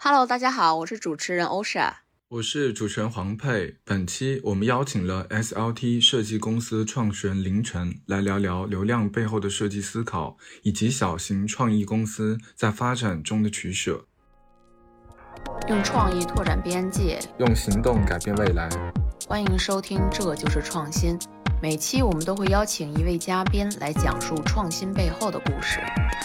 Hello，大家好，我是主持人欧莎。 我是主持人黄佩。本期我们邀请了 SLT 设计公司创始人林晨来聊聊流量背后的设计思考，以及小型创意公司在发展中的取舍。 用创意拓展边界， 用行动改变未来。 欢迎收听《这就是创新》。每期我们都会邀请一位嘉宾来讲述创新背后的故事。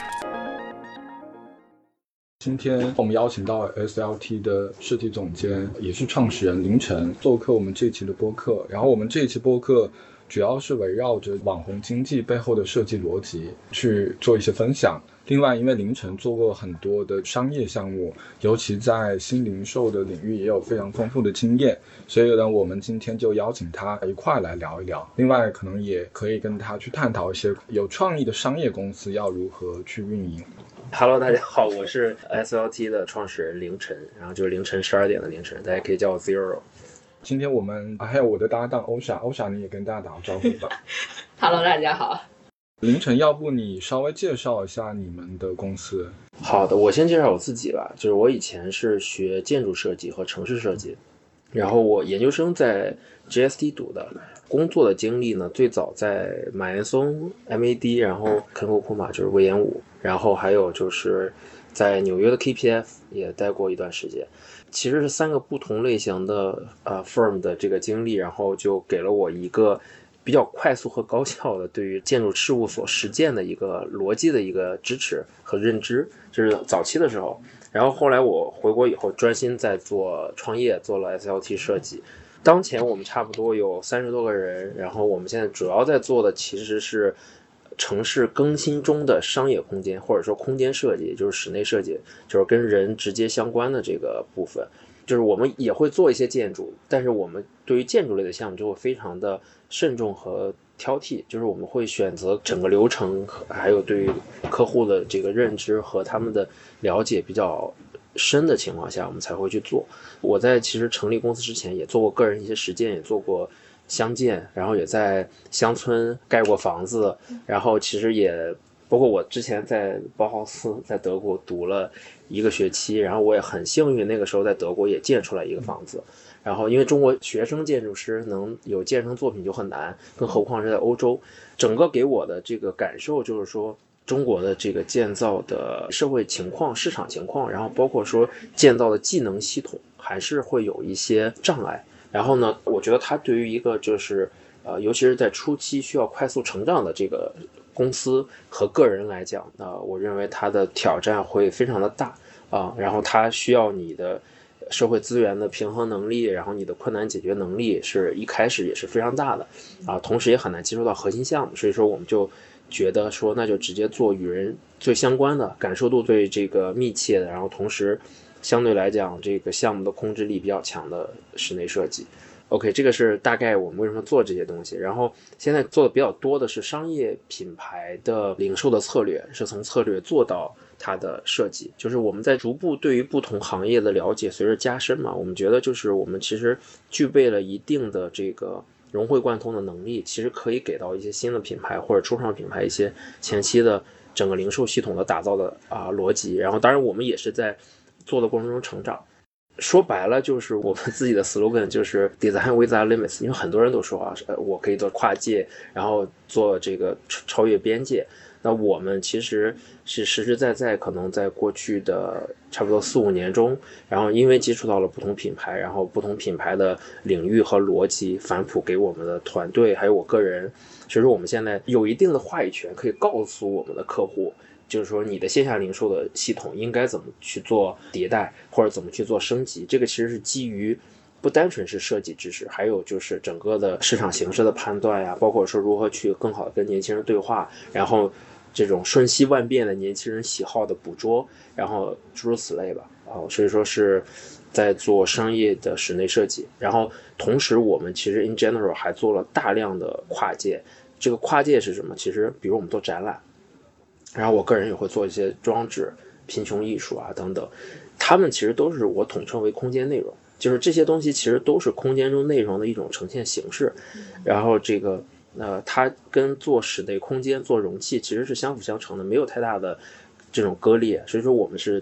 今天我们邀请到 SLT 的设计总监，也是创始人林晨做客我们这一期的播客。然后我们这一期播客主要是围绕着网红经济背后的设计逻辑去做一些分享。另外，因为林晨做过很多的商业项目，尤其在新零售的领域也有非常丰富的经验，所以呢，我们今天就邀请他一块来聊一聊。另外，可能也可以跟他去探讨一些有创意的商业公司要如何去运营。 Hello， 大家好，我是 SLT 的创始人凌晨，然后就是凌晨12点的凌晨，大家可以叫我 Zero。 今天我们还有我的搭档欧莎，你也跟大家打个招呼吧。 Hello， 大家好。 凌晨，要不你稍微介绍一下你们的公司？ 好的，我先介绍我自己吧。就是我以前是学建筑设计和城市设计，然后我研究生在 GST 读的。工作的经历呢，最早在马岩松 MAD， 然后肯库库玛就是威严武，然后还有就是在纽约的 KPF 也待过一段时间。其实是3个不同类型的firm 的这个经历，然后就给了我一个比较快速和高效的对于建筑事务所实践的一个逻辑的一个支持和认知，就是早期的时候。然后后来我回国以后专心在做创业，做了 SLT 设计。当前我们差不多有30多个人，然后我们现在主要在做的其实是城市更新中的商业空间，或者说空间设计，就是室内设计，就是跟人直接相关的这个部分。就是我们也会做一些建筑，但是我们对于建筑类的项目就会非常的慎重和挑剔，就是我们会选择整个流程，还有对于客户的这个认知和他们的了解比较深的情况下，我们才会去做。我在其实成立公司之前也做过个人一些实践，也做过乡建，然后也在乡村盖过房子，然后其实也包括我之前在包豪斯在德国读了1个学期，然后我也很幸运那个时候在德国也建出来一个房子。然后因为中国学生建筑师能有建成作品就很难，更何况是在欧洲。整个给我的这个感受就是说，中国的这个建造的社会情况、市场情况，然后包括说建造的技能系统还是会有一些障碍。然后呢，我觉得它对于一个就是尤其是在初期需要快速成长的这个公司和个人来讲，我认为它的挑战会非常的大然后它需要你的社会资源的平衡能力，然后你的困难解决能力是一开始也是非常大的同时也很难接触到核心项目。所以说我们就觉得说那就直接做与人最相关的、感受度最这个密切的，然后同时相对来讲这个项目的控制力比较强的室内设计。OK， 这个是大概我们为什么做这些东西。然后现在做的比较多的是商业品牌的零售的策略，是从策略做到它的设计。就是我们在逐步对于不同行业的了解随着加深嘛，我们觉得就是我们其实具备了一定的这个融会贯通的能力，其实可以给到一些新的品牌或者初创品牌一些前期的整个零售系统的打造的逻辑。然后当然我们也是在做的过程中成长。说白了就是我们自己的 slogan 就是 Design without limits， 因为很多人都说我可以做跨界，然后做这个超越边界。那我们其实是实实在在可能在过去的差不多4-5年中，然后因为接触到了不同品牌，然后不同品牌的领域和逻辑反哺给我们的团队还有我个人，所以说我们现在有一定的话语权，可以告诉我们的客户，就是说你的线下零售的系统应该怎么去做迭代，或者怎么去做升级。这个其实是基于不单纯是设计知识，还有就是整个的市场形势的判断呀，包括说如何去更好的跟年轻人对话，然后这种瞬息万变的年轻人喜好的捕捉，然后诸如此类吧。所以说是在做商业的室内设计。然后同时我们其实 in general 还做了大量的跨界。这个跨界是什么？其实比如我们做展览，然后我个人也会做一些装置、贫穷艺术等等，他们其实都是我统称为空间内容，就是这些东西其实都是空间中内容的一种呈现形式。然后这个它跟做室内空间、做容器其实是相辅相成的，没有太大的这种割裂。所以说我们是在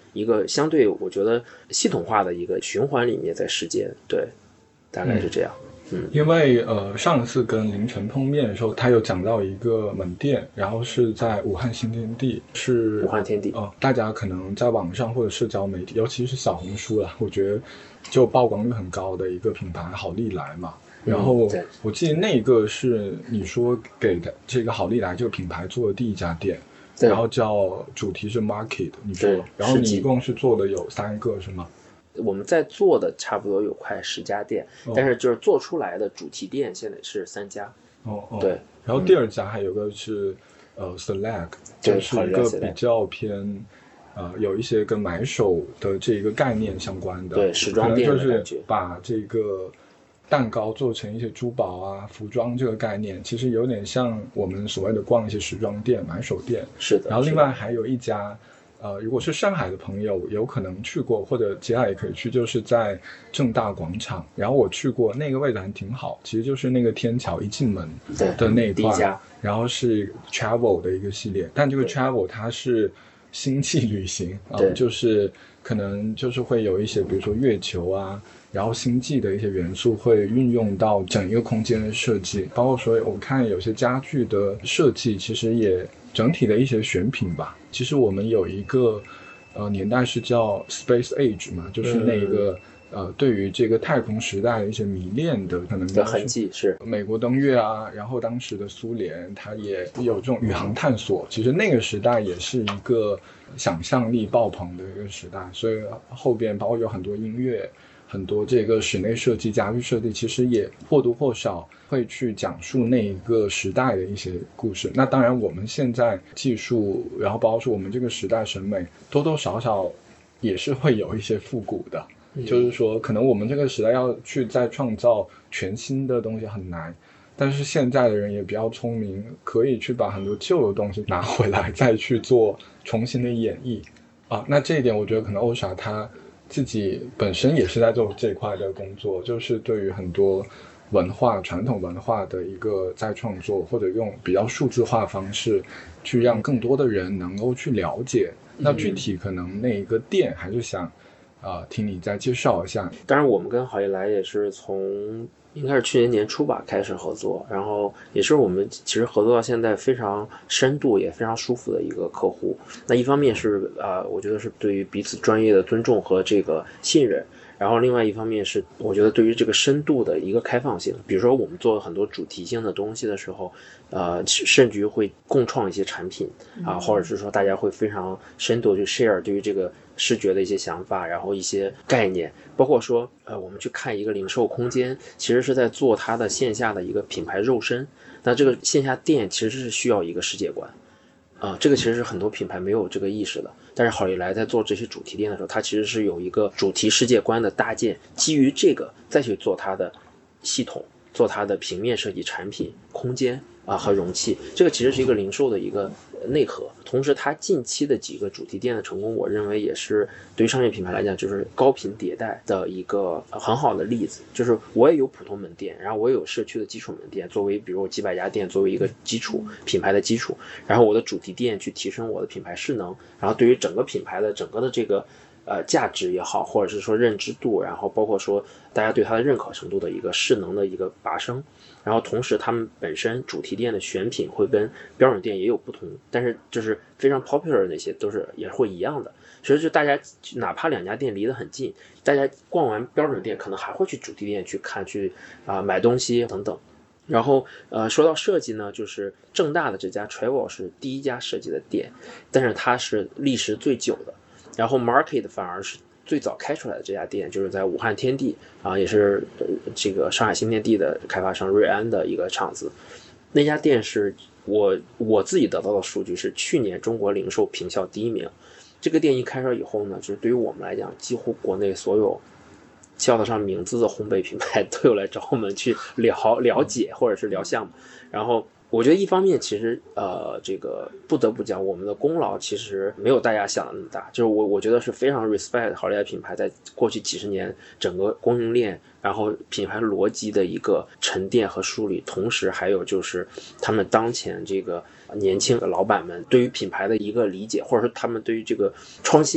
一个相对我觉得系统化的一个循环里面在实践，对，大概是这样。 因为上次跟凌晨碰面的时候，他有讲到一个门店，然后是在武汉新天地，是武汉天地。 大家可能在网上或者社交媒体，尤其是小红书啦，我觉得就曝光率很高的一个品牌好利来嘛。然后我记得那个是你说给的这个好利来这个品牌做的第一家店，然后叫主题是 Market， 你说，然后你一共是做的有3个是吗？ 我们在做的差不多有快10家店，但是就是做出来的主题店现在是3家。对。 然后第2家还有个是Select， 就是一个比较偏有一些跟买手的这个概念相关的， 对，时装店的感觉， 就是把这个蛋糕做成一些珠宝啊、服装这个概念，其实有点像我们所谓的逛一些时装店、买手店。 是的。 然后另外还有一家。如果是上海的朋友有可能去过，或者接下来也可以去，就是在正大广场，然后我去过，那个位置还挺好，其实就是那个天桥一进门的那一块，然后是 travel 的一个系列，但这个 travel 它是星际旅行就是可能就是会有一些比如说月球啊，然后星际的一些元素会运用到整一个空间的设计，包括说我看有些家具的设计其实也整体的一些选品吧。其实我们有一个年代是叫 Space Age 嘛，就是那个对于这个太空时代的一些迷恋的可能的痕迹，是美国登月啊，然后当时的苏联它也有这种宇航探索，其实那个时代也是一个想象力爆棚的一个时代，所以后边包括有很多音乐，很多这个室内设计、家具设计，其实也或多或少会去讲述那一个时代的一些故事。那当然我们现在技术，然后包括说我们这个时代审美，多多少少也是会有一些复古的，就是说可能我们这个时代要去再创造全新的东西很难，但是现在的人也比较聪明，可以去把很多旧的东西拿回来再去做重新的演绎那这一点我觉得可能欧莎他自己本身也是在做这块的工作，就是对于很多文化、传统文化的一个再创作，或者用比较数字化方式去让更多的人能够去了解。那具体可能那一个店还是想听你再介绍一下。 当然我们跟好利来也是从应该是去年年初吧开始合作，然后也是我们其实合作到现在非常深度也非常舒服的一个客户。那一方面是我觉得是对于彼此专业的尊重和这个信任，然后另外一方面是我觉得对于这个深度的一个开放性。比如说我们做很多主题性的东西的时候甚至于会共创一些产品或者是说大家会非常深度去 share 对于这个视觉的一些想法，然后一些概念，包括说我们去看一个零售空间，其实是在做它的线下的一个品牌肉身。那这个线下店其实是需要一个世界观这个其实是很多品牌没有这个意识的，但是好利来在做这些主题店的时候，它其实是有一个主题世界观的搭建，基于这个再去做它的系统，做它的平面设计、产品、空间和容器，这个其实是一个零售的一个内核。同时它近期的几个主题店的成功，我认为也是对于商业品牌来讲就是高频迭代的一个很好的例子。就是我也有普通门店，然后我也有社区的基础门店，作为比如我几百家店作为一个基础品牌的基础，然后我的主题店去提升我的品牌势能，然后对于整个品牌的整个的这个价值也好，或者是说认知度，然后包括说大家对它的认可程度的一个势能的一个拔升。然后同时他们本身主题店的选品会跟标准店也有不同，但是就是非常 popular 的那些都是也会一样的。其实就大家哪怕2家店离得很近，大家逛完标准店可能还会去主题店去看，去买东西等等。然后说到设计呢，就是正大的这家 Travel 是第一家设计的店，但是它是历时最久的。然后 Market 反而是最早开出来的这家店，就是在武汉天地也是这个上海新天地的开发商瑞安的一个厂子。那家店是我自己得到的数据是去年中国零售评校第1名。这个店一开设以后呢，就是对于我们来讲，几乎国内所有叫得上名字的烘焙品牌都有来找我们去了解或者是聊项目。然后我觉得一方面其实这个不得不讲我们的功劳其实没有大家想的那么大，就是我觉得是非常 respect 好利来品牌在过去几十年整个供应链然后品牌逻辑的一个沉淀和梳理，同时还有就是他们当前这个年轻的老板们对于品牌的一个理解，或者说他们对于这个创新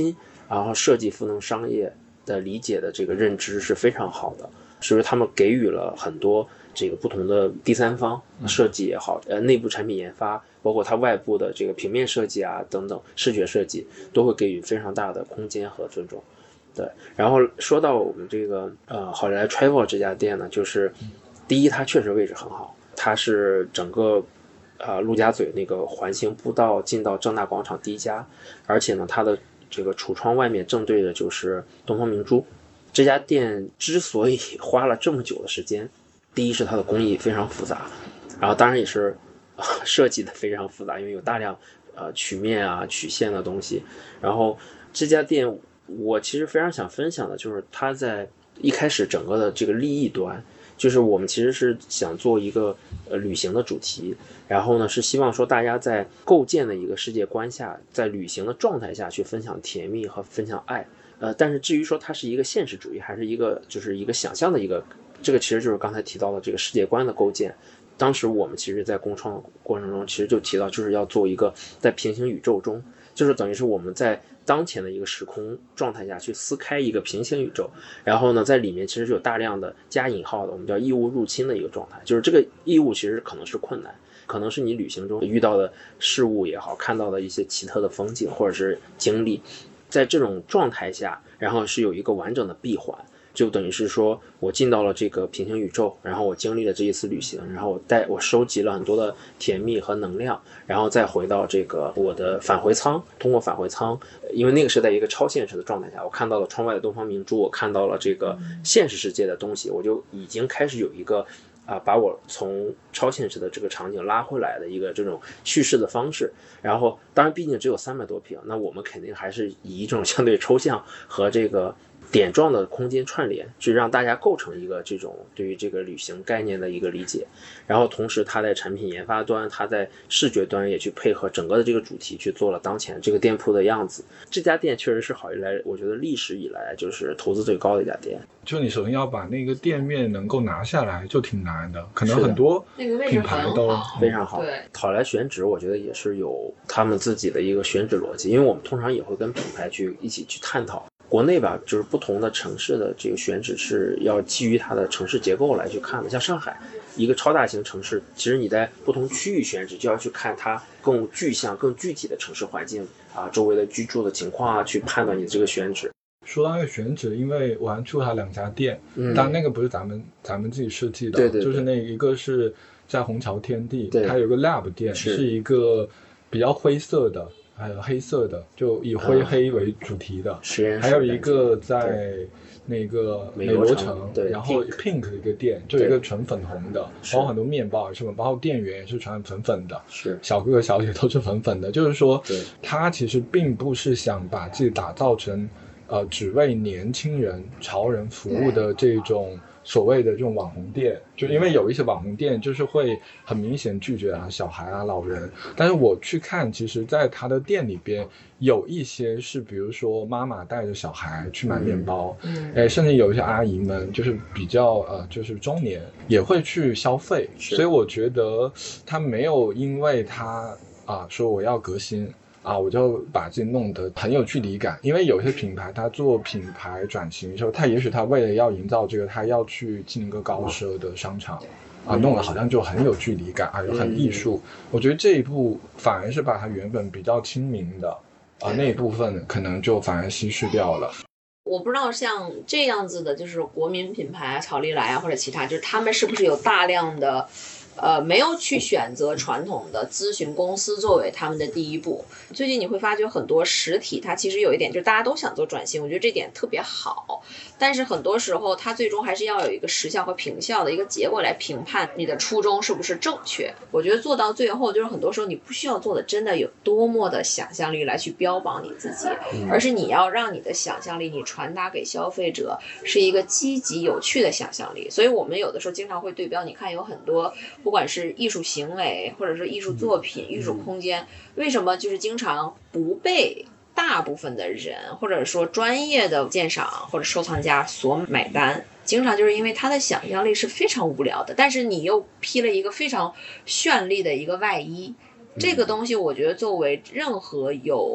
然后设计赋能商业的理解的这个认知是非常好的，所以他们给予了很多这个不同的第三方设计也好，内部产品研发，包括它外部的这个平面设计啊等等视觉设计，都会给予非常大的空间和尊重。对，然后说到我们这个好来 Travel 这家店呢，就是第一它确实位置很好，它是整个陆家嘴那个环形步道进到正大广场第一家，而且呢它的这个橱窗外面正对的就是东方明珠。这家店之所以花了这么久的时间，第一是它的工艺非常复杂，然后当然也是设计的非常复杂，因为有大量曲面啊曲线的东西。然后这家店我其实非常想分享的就是它在一开始整个的这个立意端，就是我们其实是想做一个旅行的主题，然后呢是希望说大家在构建的一个世界观下，在旅行的状态下去分享甜蜜和分享爱。但是至于说它是一个现实主义还是一个就是一个想象的一个，这个其实就是刚才提到的这个世界观的构建。当时我们其实在共创过程中其实就提到，就是要做一个在平行宇宙中，就是等于是我们在当前的一个时空状态下去撕开一个平行宇宙，然后呢在里面其实有大量的加引号的我们叫异物入侵的一个状态，就是这个异物其实可能是困难，可能是你旅行中遇到的事物也好，看到的一些奇特的风景或者是经历，在这种状态下然后是有一个完整的闭环，就等于是说我进到了这个平行宇宙，然后我经历了这一次旅行，然后我收集了很多的甜蜜和能量，然后再回到这个我的返回舱，通过返回舱，因为那个是在一个超现实的状态下，我看到了窗外的东方明珠，我看到了这个现实世界的东西，我就已经开始有一个把我从超现实的这个场景拉回来的一个这种叙事的方式。然后当然毕竟只有300多平，那我们肯定还是以一种相对抽象和这个点状的空间串联，去让大家构成一个这种对于这个旅行概念的一个理解。然后同时它在产品研发端，它在视觉端也去配合整个的这个主题，去做了当前这个店铺的样子。这家店确实是好以来我觉得历史以来就是投资最高的一家店。 就你首先要把那个店面能够拿下来就挺难的，可能很多品牌都非常好。 对， 好来选址我觉得也是有他们自己的一个选址逻辑，因为我们通常也会跟品牌去一起去探讨。国内吧，就是不同的城市的这个选址是要基于它的城市结构来去看的。像上海一个超大型城市，其实你在不同区域选址就要去看它更具象更具体的城市环境周围的居住的情况去判断你的这个选址。 说到那个选址，因为我还去过它2家店，但那个不是咱们自己设计的， 对， 就是那一个是在虹桥天地，它有个 lab 店，是一个比较灰色的还有黑色的，就以灰黑为主题的，还有一个在那个美罗城，然后 pink 的一个店，就一个纯粉红的，包括很多面包也是，包括店员也是穿粉粉的， 是小哥哥小姐都是粉粉的，就是说他其实并不是想把自己打造成只为年轻人潮人服务的这种所谓的这种网红店，就因为有一些网红店就是会很明显拒绝小孩老人，但是我去看，其实在他的店里边有一些是比如说妈妈带着小孩去买面包，甚至有一些阿姨们就是比较就是中年也会去消费，所以我觉得他没有因为他说我要革新我就把自己弄得很有距离感，因为有些品牌它做品牌转型的时候，它也许它为了要营造这个，它要去进一个高奢的商场弄得好像就很有距离感又很艺术。我觉得这一步反而是把它原本比较亲民的那一部分可能就反而稀释掉了。 我不知道像这样子的就是国民品牌草莉莱或者其他，就是他们是不是有大量的没有去选择传统的咨询公司作为他们的第一步。最近你会发觉很多实体它其实有一点就是大家都想做转型，我觉得这点特别好，但是很多时候它最终还是要有一个实效和平效的一个结果来评判你的初衷是不是正确。我觉得做到最后就是很多时候你不需要做的真的有多么的想象力来去标榜你自己，而是你要让你的想象力你传达给消费者是一个积极有趣的想象力。所以我们有的时候经常会对标，你看有很多不管是艺术行为或者是艺术作品艺术空间，为什么就是经常不被大部分的人或者说专业的鉴赏或者收藏家所买单，经常就是因为他的想象力是非常无聊的，但是你又披了一个非常绚丽的一个外衣。这个东西我觉得作为任何有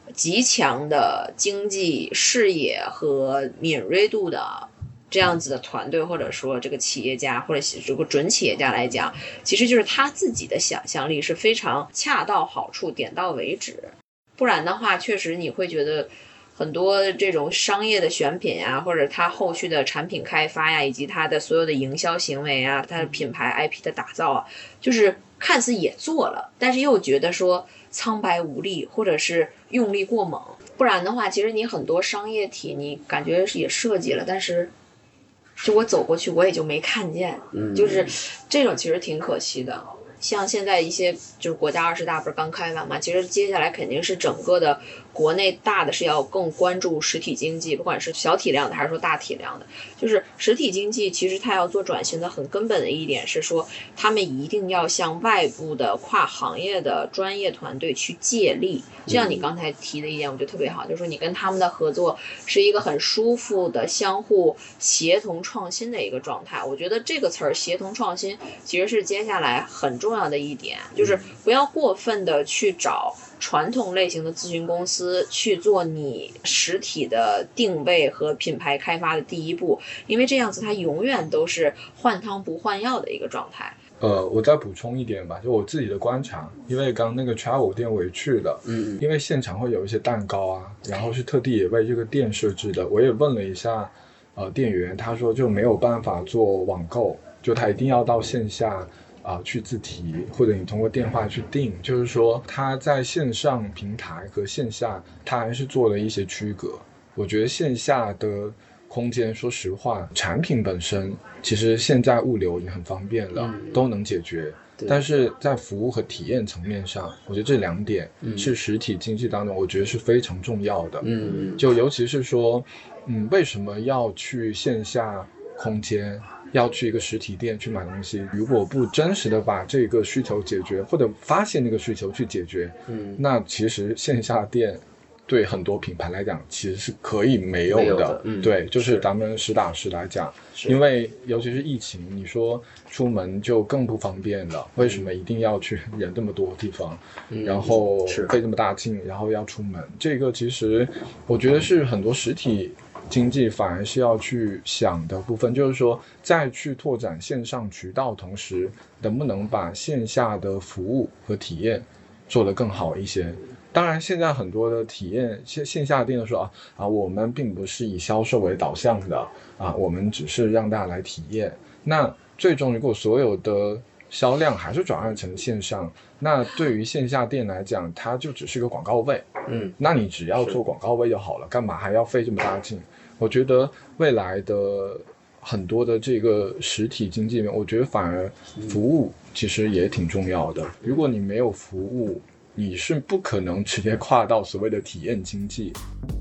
极强的经济视野和敏锐度的这样子的团队，或者说这个企业家或者这个准企业家来讲，其实就是他自己的想象力是非常恰到好处，点到为止。不然的话，确实你会觉得很多这种商业的选品啊，或者它后续的产品开发呀，以及它的所有的营销行为啊，它的品牌 IP 的打造啊，就是看似也做了，但是又觉得说苍白无力，或者是用力过猛。不然的话，其实你很多商业体你感觉也设计了，但是就我走过去我也就没看见，就是这种其实挺可惜的。像现在一些就是国家20大不是刚开完嘛，其实接下来肯定是整个的国内大的是要更关注实体经济，不管是小体量的还是说大体量的，就是实体经济其实它要做转型的很根本的一点是说，他们一定要向外部的跨行业的专业团队去借力。就像你刚才提的一点，我觉得特别好，就是说你跟他们的合作是一个很舒服的相互协同创新的一个状态。我觉得这个词儿协同创新其实是接下来很重要的一点，就是不要过分的去找传统类型的咨询公司去做你实体的定位和品牌开发的第一步，因为这样子它永远都是换汤不换药的一个状态。 我再补充一点吧，就我自己的观察，因为刚那个 travel 店我也去了，因为现场会有一些蛋糕啊，然后是特地也为这个店设置的，我也问了一下店员，他说就没有办法做网购，就他一定要到线下去自提，或者你通过电话去订，就是说他在线上平台和线下他还是做了一些区隔。我觉得线下的空间，说实话，产品本身其实现在物流已经很方便了，都能解决。但是在服务和体验层面上，我觉得这两点是实体经济当中我觉得是非常重要的。就尤其是说为什么要去线下空间，要去一个实体店去买东西，如果不真实的把这个需求解决，或者发现那个需求去解决，那其实线下店对很多品牌来讲其实是可以没有的。对，就是咱们实打实来讲，因为尤其是疫情，你说出门就更不方便了，为什么一定要去人这么多地方，然后费这么大劲，然后要出门，这个其实我觉得是很多实体经济反而是要去想的部分，就是说在去拓展线上渠道同时，能不能把线下的服务和体验做得更好一些。当然现在很多的体验线下店都说我们并不是以销售为导向的我们只是让大家来体验。那最终如果所有的销量还是转换成线上，那对于线下店来讲它就只是个广告位，那你只要做广告位就好了，干嘛还要费这么大劲？我觉得未来的很多的这个实体经济里面，我觉得反而服务其实也挺重要的。如果你没有服务，你是不可能直接跨到所谓的体验经济。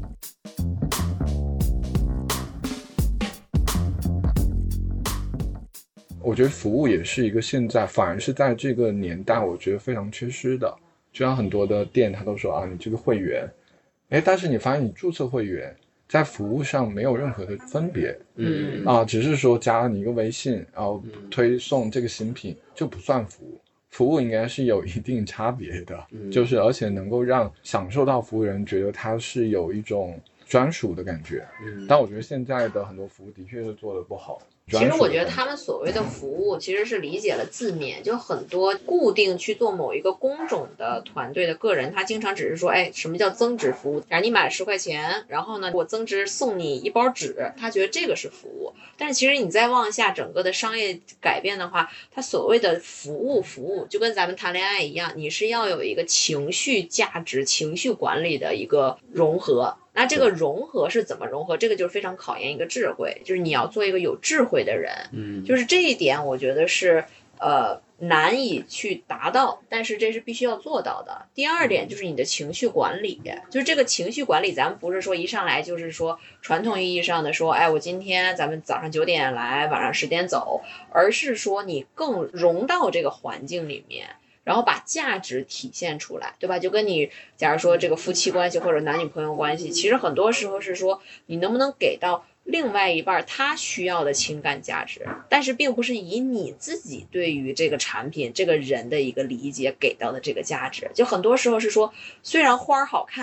我觉得服务也是一个现在反而是在这个年代我觉得非常缺失的。就像很多的店他都说你这个会员，但是你发现你注册会员在服务上没有任何的分别，只是说加了你一个微信，然后推送这个新品就不算服务。服务应该是有一定差别的，就是而且能够让享受到服务人觉得它是有一种专属的感觉。但我觉得现在的很多服务的确是做得不好。 其实我觉得他们所谓的服务其实是理解了字面，就很多固定去做某一个工种的团队的个人，他经常只是说什么叫增值服务，然后你买了10块钱，然后呢我增值送你1包纸，他觉得这个是服务。但是其实你再往下整个的商业改变的话，他所谓的服务就跟咱们谈恋爱一样，你是要有一个情绪价值情绪管理的一个融合。那这个融合是怎么融合？这个就是非常考验一个智慧，就是你要做一个有智慧的人。就是这一点我觉得是难以去达到，但是这是必须要做到的。第二点就是你的情绪管理，就是这个情绪管理咱们不是说一上来就是说传统意义上的说我今天咱们早上9点来晚上10点走，而是说你更融到这个环境里面，然后把价值体现出来，对吧？就跟你假如说这个夫妻关系或者男女朋友关系，其实很多时候是说你能不能给到另外一半他需要的情感价值，但是并不是以你自己对于这个产品这个人的一个理解给到的这个价值。就很多时候是说虽然花好看，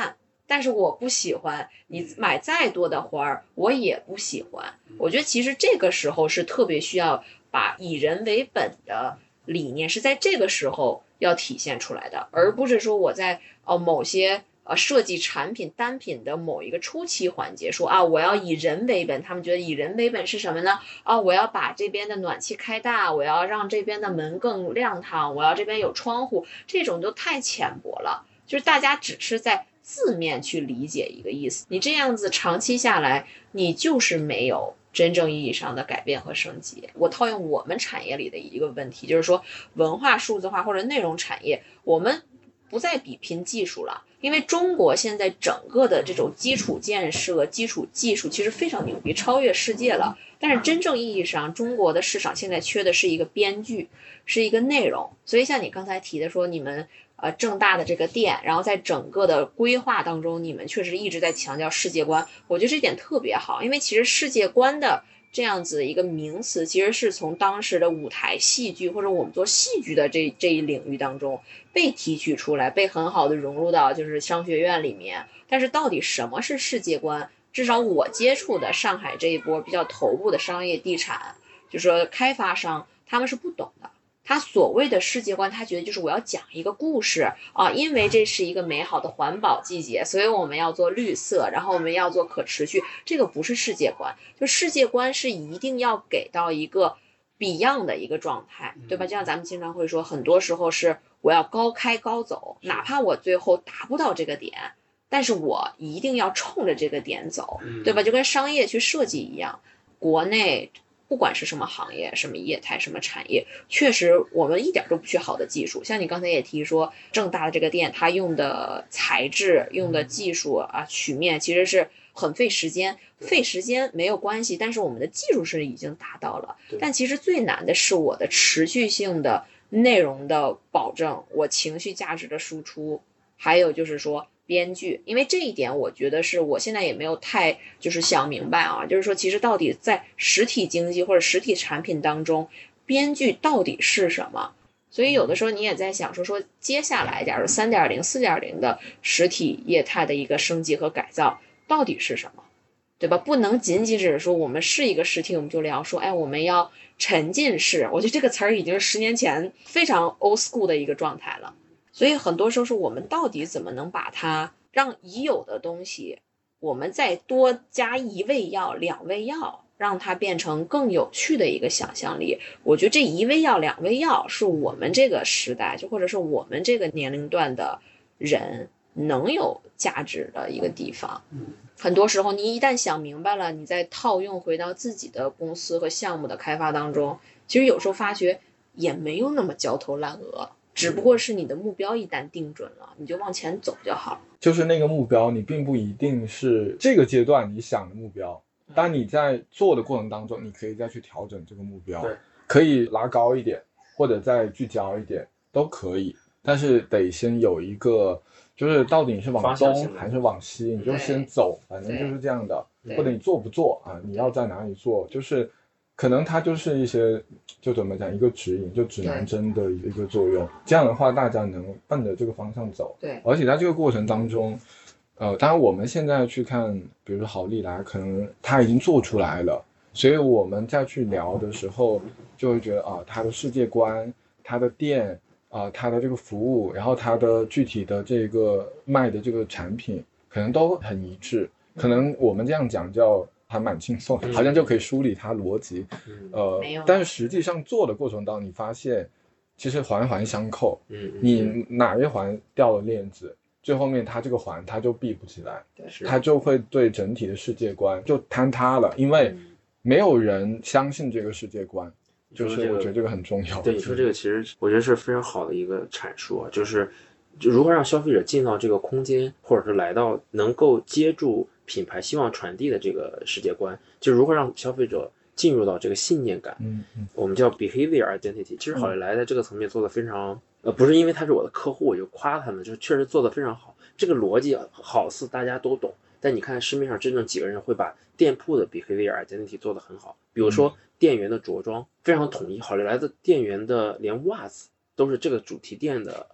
但是我不喜欢你买再多的花儿，我也不喜欢。我觉得其实这个时候是特别需要把以人为本的理念是在这个时候要体现出来的，而不是说我在某些设计产品单品的某一个初期环节说啊，我要以人为本。他们觉得以人为本是什么呢？啊，我要把这边的暖气开大，我要让这边的门更亮堂，我要这边有窗户，这种就太浅薄了。就是大家只是在字面去理解一个意思，你这样子长期下来，你就是没有真正意义上的改变和升级。我套用我们产业里的一个问题，就是说文化数字化或者内容产业，我们不再比拼技术了，因为中国现在整个的这种基础建设、基础技术其实非常牛逼，超越世界了。但是真正意义上，中国的市场现在缺的是一个编剧，是一个内容。所以像你刚才提的说，你们正大的这个店，然后在整个的规划当中，你们确实一直在强调世界观，我觉得这点特别好，因为其实世界观的这样子一个名词，其实是从当时的舞台戏剧或者我们做戏剧的这一领域当中被提取出来，被很好的融入到就是商学院里面。但是到底什么是世界观？至少我接触的上海这一波比较头部的商业地产，就是说开发商，他们是不懂的。他所谓的世界观，他觉得就是我要讲一个故事啊，因为这是一个美好的环保季节，所以我们要做绿色，然后我们要做可持续。这个不是世界观，就世界观是一定要给到一个 beyond 的一个状态，对吧？就像咱们经常会说，很多时候是我要高开高走，哪怕我最后达不到这个点，但是我一定要冲着这个点走，对吧？就跟商业去设计一样，国内不管是什么行业、什么业态、什么产业，确实我们一点都不缺好的技术。像你刚才也提说，正大的这个店，它用的材质、用的技术啊、曲面，其实是很费时间。费时间没有关系，但是我们的技术是已经达到了。但其实最难的是我的持续性的内容的保证，我情绪价值的输出，还有就是说编剧。因为这一点我觉得是我现在也没有太就是想明白啊，就是说其实到底在实体经济或者实体产品当中，编剧到底是什么？所以有的时候你也在想说接下来假如 3.0、4.0 的实体业态的一个升级和改造到底是什么，对吧？不能仅仅只是说我们是一个实体，我们就聊说，哎，我们要沉浸式。我觉得这个词儿已经是10年前非常 old school 的一个状态了。所以很多时候是我们到底怎么能把它让已有的东西，我们再多加1味药、2味药，让它变成更有趣的一个想象力。我觉得这1味药、2味药是我们这个时代，就或者是我们这个年龄段的人能有价值的一个地方。很多时候你一旦想明白了，你再套用回到自己的公司和项目的开发当中，其实有时候发觉也没有那么焦头烂额，只不过是你的目标一旦定准了，你就往前走就好了。 就是那个目标你并不一定是这个阶段你想的目标，当你在做的过程当中，你可以再去调整这个目标，可以拉高一点或者再聚焦一点都可以，但是得先有一个就是到底你是往东还是往西，你就先走，反正就是这样的。或者你做不做啊，你要在哪里做，就是可能它就是一些就怎么讲一个指引，就指南针的一个作用。这样的话大家能奔着这个方向走。 对， 而且在这个过程当中当然我们现在去看比如说好利来，可能它已经做出来了，所以我们再去聊的时候就会觉得啊，它的世界观、它的店它的这个服务，然后它的具体的这个卖的这个产品可能都很一致，可能我们这样讲叫还蛮轻松，好像就可以梳理它逻辑但是实际上做的过程当中你发现其实环环相扣，你哪一环掉了链子，最后面它这个环它就闭不起来，它就会对整体的世界观就坍塌了，因为没有人相信这个世界观，就是我觉得这个很重要。 对，你说这个其实我觉得是非常好的一个阐述啊，就是如何让消费者进到这个空间，或者是来到能够接住品牌希望传递的这个世界观，就是如何让消费者进入到这个信念感，我们叫 behavior identity。 其实好利来在这个层面做的非常不是因为他是我的客户我就夸他们，就是确实做的非常好，这个逻辑好似大家都懂，但你看市面上真正几个人会把店铺的 behavior identity 做得很好，比如说店员的着装非常统一，好利来的店员的连袜子都是这个主题店的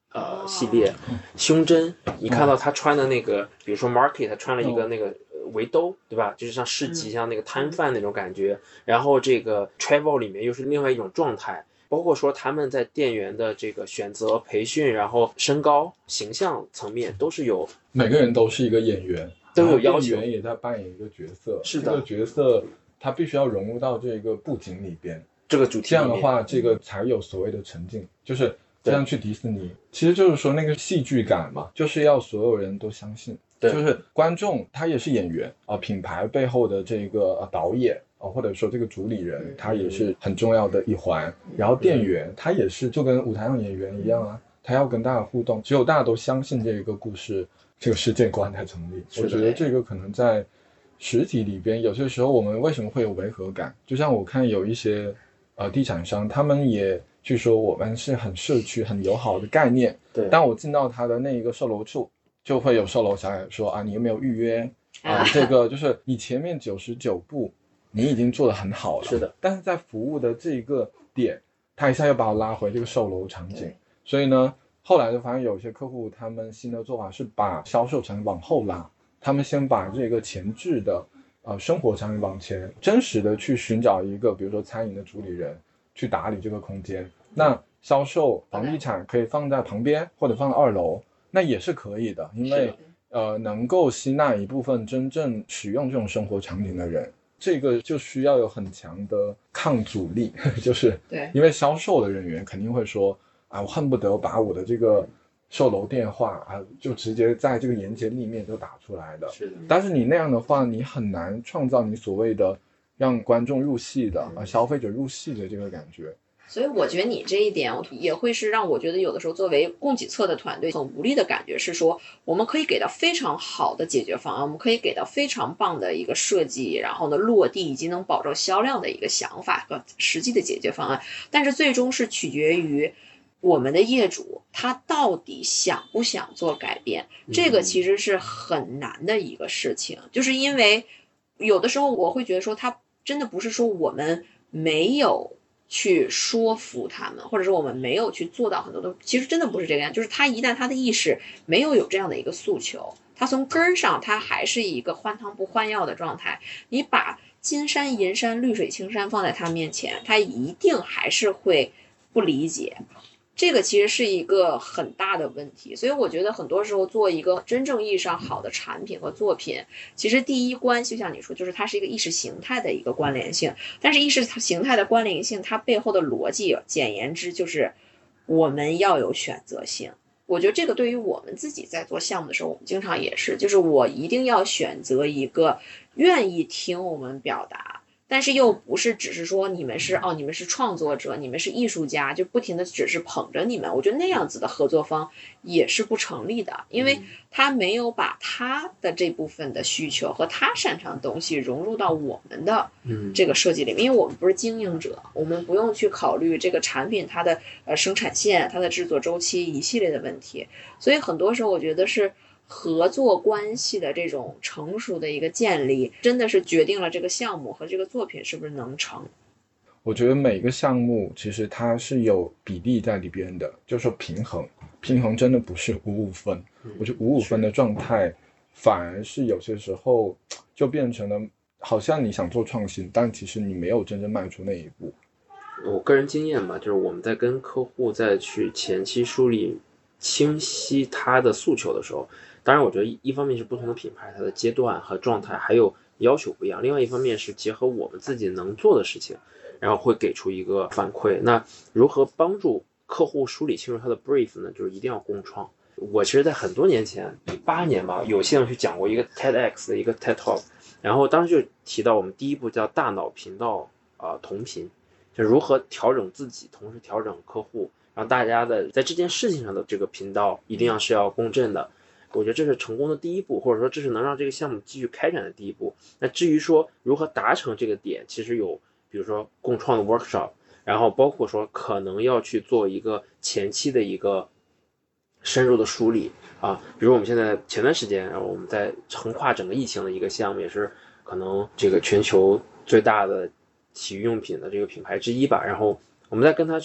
系列，胸针，你看到他穿的那个，比如说 Market 他穿了一个那个围兜，对吧？就是像市集，像那个摊贩那种感觉。然后这个 Travel 里面又是另外一种状态，包括说他们在店员的这个选择、培训，然后身高、形象层面都是有， 每个人都是一个演员， 都有要求， 演员也在扮演一个角色， 是的， 这个角色他必须要融入到这个布景里边， 这个主题这样的话，这个才有所谓的沉浸，就是这样去迪士尼，其实就是说那个戏剧感嘛，就是要所有人都相信，就是观众他也是演员啊，品牌背后的这个导演啊，或者说这个主理人，他也是很重要的一环。然后店员他也是就跟舞台上演员一样啊，他要跟大家互动，只有大家都相信这个故事，这个世界观才成立。我觉得这个可能在实体里边，有些时候我们为什么会有违和感？就像我看有一些地产商，他们也据说我们是很社区、很友好的概念。 对， 当我进到他的那一个售楼处，就会有售楼小姐说啊，你有没有预约啊？这个就是你前面99步，你已经做得很好了。 是的， 但是在服务的这个点，他一下又把我拉回这个售楼场景。所以呢，后来就发现有些客户他们新的做法是把销售场景往后拉，他们先把这个前置的生活场景往前，真实的去寻找一个比如说餐饮的主理人去打理这个空间。那销售房地产可以放在旁边或者放在2楼，那也是可以的，因为能够吸纳一部分真正使用这种生活场景的人，这个就需要有很强的抗阻力，就是对， 因为销售的人员肯定会说啊，我恨不得把我的这个售楼电话啊，就直接在这个连接里面就打出来的。 是的， 但是你那样的话，你很难创造你所谓的让观众入戏的消费者入戏的这个感觉。 所以我觉得你这一点也会是让我觉得有的时候作为供给侧的团队很无力的感觉，是说我们可以给到非常好的解决方案，我们可以给到非常棒的一个设计，然后呢落地以及能保证销量的一个想法和实际的解决方案，但是最终是取决于我们的业主他到底想不想做改变，这个其实是很难的一个事情。就是因为有的时候我会觉得说，他真的不是说我们没有去说服他们，或者说我们没有去做到很多的，其实真的不是这个样，就是他一旦他的意识没有这样的一个诉求，他从根儿上他还是一个换汤不换药的状态，你把金山银山绿水青山放在他面前，他一定还是会不理解。这个其实是一个很大的问题，所以我觉得很多时候做一个真正意义上好的产品和作品，其实第一关就像你说，就是它是一个意识形态的一个关联性，但是意识形态的关联性它背后的逻辑，简言之就是我们要有选择性。我觉得这个对于我们自己在做项目的时候，我们经常也是，就是我一定要选择一个愿意听我们表达，但是又不是只是说你们是你们是创作者，你们是艺术家，就不停的只是捧着你们，我觉得那样子的合作方也是不成立的，因为他没有把他的这部分的需求和他擅长的东西融入到我们的这个设计里面，因为我们不是经营者，我们不用去考虑这个产品它的生产线、它的制作周期一系列的问题，所以很多时候我觉得是合作关系的这种成熟的一个建立，真的是决定了这个项目和这个作品是不是能成。 我觉得每个项目其实它是有比例在里边的，就是说平衡真的不是5-5分，我觉得5-5分的状态反而是有些时候就变成了好像你想做创新，但其实你没有真正迈出那一步。 我个人经验吧，就是我们在跟客户再去前期梳理清晰他的诉求的时候，当然我觉得一方面是不同的品牌它的阶段和状态还有要求不一样，另外一方面是结合我们自己能做的事情，然后会给出一个反馈。那如何帮助客户梳理清楚他的 brief 呢？就是一定要共创。我其实在很多年前18年吧，有幸去讲过一个 TEDx 的一个 TED Talk， 然后当时就提到我们第一步叫大脑频道同频，就如何调整自己同时调整客户，让大家的在这件事情上的这个频道一定要共振的。我觉得这是成功的第一步，或者说这是能让这个项目继续开展的第一步。那至于说如何达成这个点，其实有比如说共创的 workshop， 然后包括说可能要去做一个前期的一个深入的梳理啊。比如我们现在前段时间，然后我们在横跨整个疫情的一个项目，也是可能这个全球最大的体育用品的这个品牌之一吧，然后我们在跟他去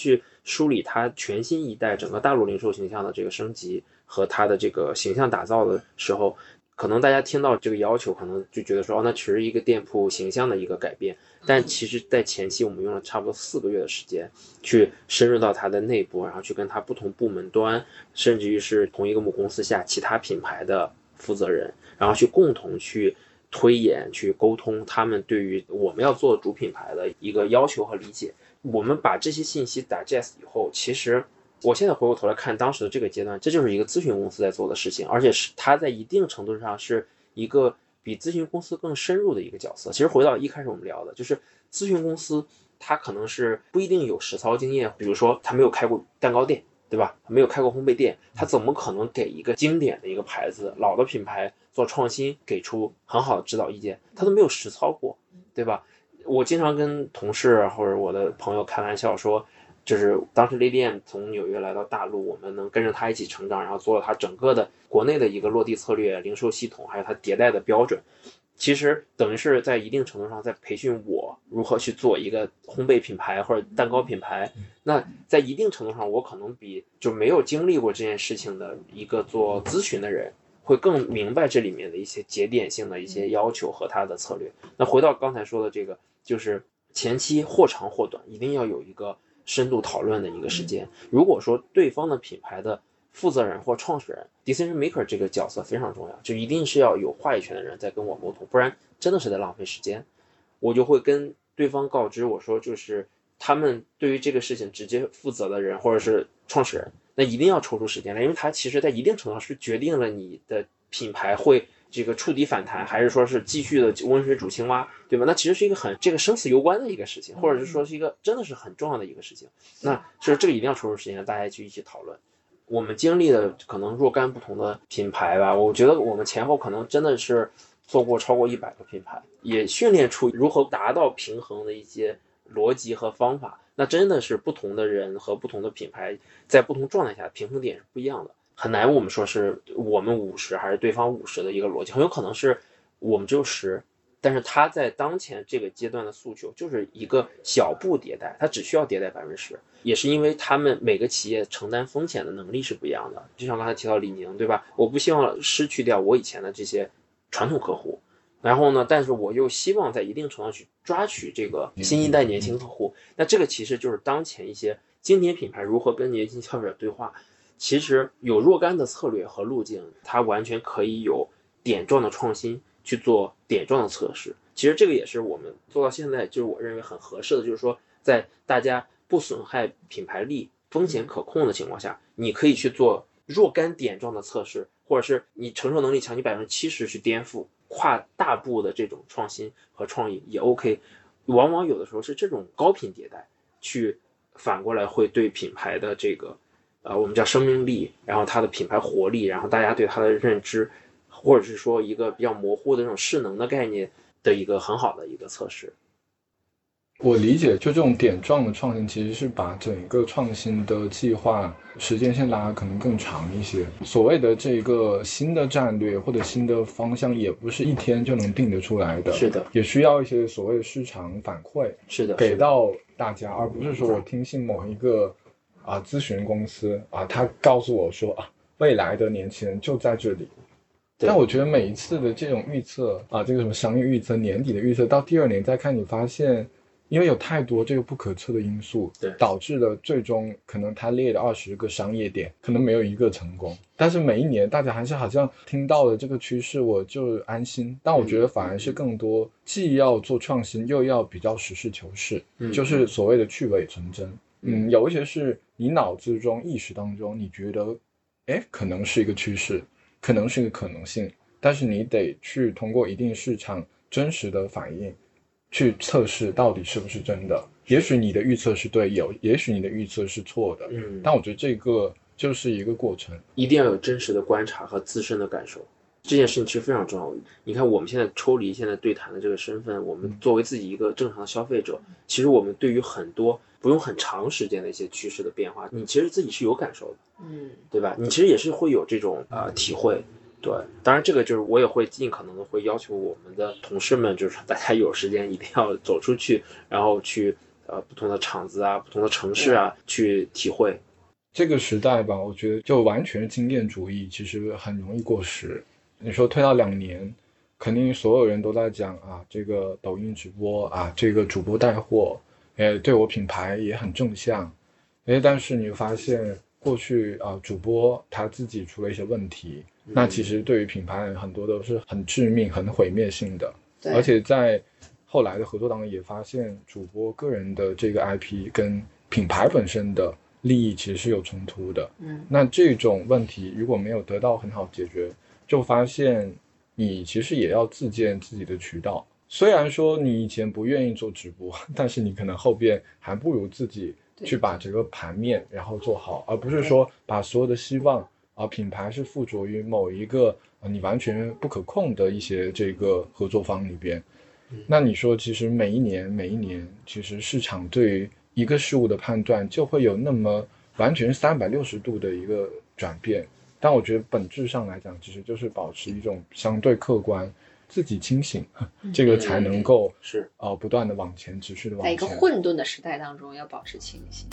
梳理它全新一代整个大陆零售形象的这个升级和它的这个形象打造的时候，可能大家听到这个要求，可能就觉得说，那只是一个店铺形象的一个改变。但其实，在前期我们用了差不多4个月的时间，去深入到它的内部，然后去跟它不同部门端，甚至于是同一个母公司下其他品牌的负责人，然后去共同去推演、去沟通他们对于我们要做主品牌的一个要求和理解。我们把这些信息digest以后，其实我现在回过头来看当时的这个阶段，这就是一个咨询公司在做的事情，而且是它在一定程度上是一个比咨询公司更深入的一个角色。其实回到一开始我们聊的，就是咨询公司它可能是不一定有实操经验，比如说他没有开过蛋糕店，对吧？没有开过烘焙店，他怎么可能给一个经典的一个牌子、老的品牌做创新给出很好的指导意见？他都没有实操过，对吧？我经常跟同事或者我的朋友开玩笑说，就是当时 Lilian 从纽约来到大陆，我们能跟着他一起成长，然后做了他整个的国内的一个落地策略、零售系统，还有他迭代的标准。其实等于是在一定程度上在培训我如何去做一个烘焙品牌或者蛋糕品牌。那在一定程度上，我可能比就没有经历过这件事情的一个做咨询的人会更明白这里面的一些节点性的一些要求和他的策略。那回到刚才说的这个，就是前期或长或短，一定要有一个深度讨论的一个时间。如果说对方的品牌的负责人或创始人 decision maker 这个角色非常重要，就一定是要有话语权的人在跟我沟通，不然真的是在浪费时间。我就会跟对方告知，我说就是他们对于这个事情直接负责的人或者是创始人，那一定要抽出时间来，因为他其实在一定程度上是决定了你的品牌会这个触底反弹，还是说是继续的温水煮青蛙，对吧？那其实是一个很这个生死攸关的一个事情，或者是说是一个真的是很重要的一个事情。那是这个一定要抽出时间大家去一起讨论。我们经历的可能若干不同的品牌吧，我觉得我们前后可能真的是做过超过100个品牌，也训练出如何达到平衡的一些逻辑和方法。那真的是不同的人和不同的品牌在不同状态下平衡点是不一样的，很难我们说是我们50还是对方50的一个逻辑，很有可能是我们只有10，但是他在当前这个阶段的诉求就是一个小步迭代，他只需要迭代10%，也是因为他们每个企业承担风险的能力是不一样的。就像刚才提到李宁，对吧？我不希望失去掉我以前的这些传统客户，然后呢，但是我又希望在一定程度上去抓取这个新一代年轻客户。那这个其实就是当前一些经典品牌如何跟年轻消费者对话，其实有若干的策略和路径，它完全可以有点状的创新去做点状的测试。其实这个也是我们做到现在就是我认为很合适的，就是说在大家不损害品牌力、风险可控的情况下，你可以去做若干点状的测试，或者是你承受能力强，你70%去颠覆跨大步的这种创新和创意也 OK。 往往有的时候是这种高频迭代去反过来会对品牌的这个我们叫生命力，然后它的品牌活力，然后大家对它的认知，或者是说一个比较模糊的这种势能的概念的一个很好的一个测试。 我理解，就这种点状的创新其实是把整个创新的计划时间线拉得可能更长一些。所谓的这个新的战略或者新的方向也不是一天就能定得出来的， 是的， 也需要一些所谓的市场反馈， 是的， 给到大家，而不是说我听信某一个咨询公司他告诉我说未来的年轻人就在这里。但我觉得每一次的这种预测这个什么商业预测、年底的预测，到第2年再看，你发现因为有太多这个不可测的因素，导致了最终可能他列的20个商业点可能没有一个成功。但是每一年大家还是好像听到了这个趋势我就安心，但我觉得反而是更多既要做创新又要比较实事求是，就是所谓的去伪存真。有一些是你脑子中意识当中你觉得可能是一个趋势，可能是一个可能性，但是你得去通过一定市场真实的反应去测试到底是不是真的。也许你的预测是对，也许你的预测是错的，但我觉得这个就是一个过程， 一定要有真实的观察和自身的感受，这件事情其实非常重要。你看我们现在抽离现在对谈的这个身份，我们作为自己一个正常的消费者，其实我们对于很多不用很长时间的一些趋势的变化，你其实自己是有感受的，对吧？你其实也是会有这种体会。对，当然这个就是我也会尽可能的会要求我们的同事们，就是大家有时间一定要走出去，然后去不同的场子啊、不同的城市啊去体会。 这个时代吧，我觉得就完全经验主义，其实很容易过时。你说推到2年，肯定所有人都在讲啊，这个抖音直播啊，这个主播带货，对我品牌也很正向。但是你发现过去啊，主播他自己出了一些问题，那其实对于品牌很多都是很致命、很毁灭性的。而且在后来的合作当中也发现，主播个人的这个 IP 跟品牌本身的利益其实是有冲突的。那这种问题如果没有得到很好解决，就发现你其实也要自建自己的渠道。虽然说你以前不愿意做直播，但是你可能后边还不如自己去把这个盘面然后做好，而不是说把所有的希望品牌是附着于某一个你完全不可控的一些这个合作方里边。那你说其实每一年其实市场对于一个事物的判断就会有那么完全360度的一个转变，但我觉得本质上来讲其实就是保持一种相对客观，自己清醒，这个才能够是不断的往前，持续的往前。 在一个混沌的时代当中要保持清醒。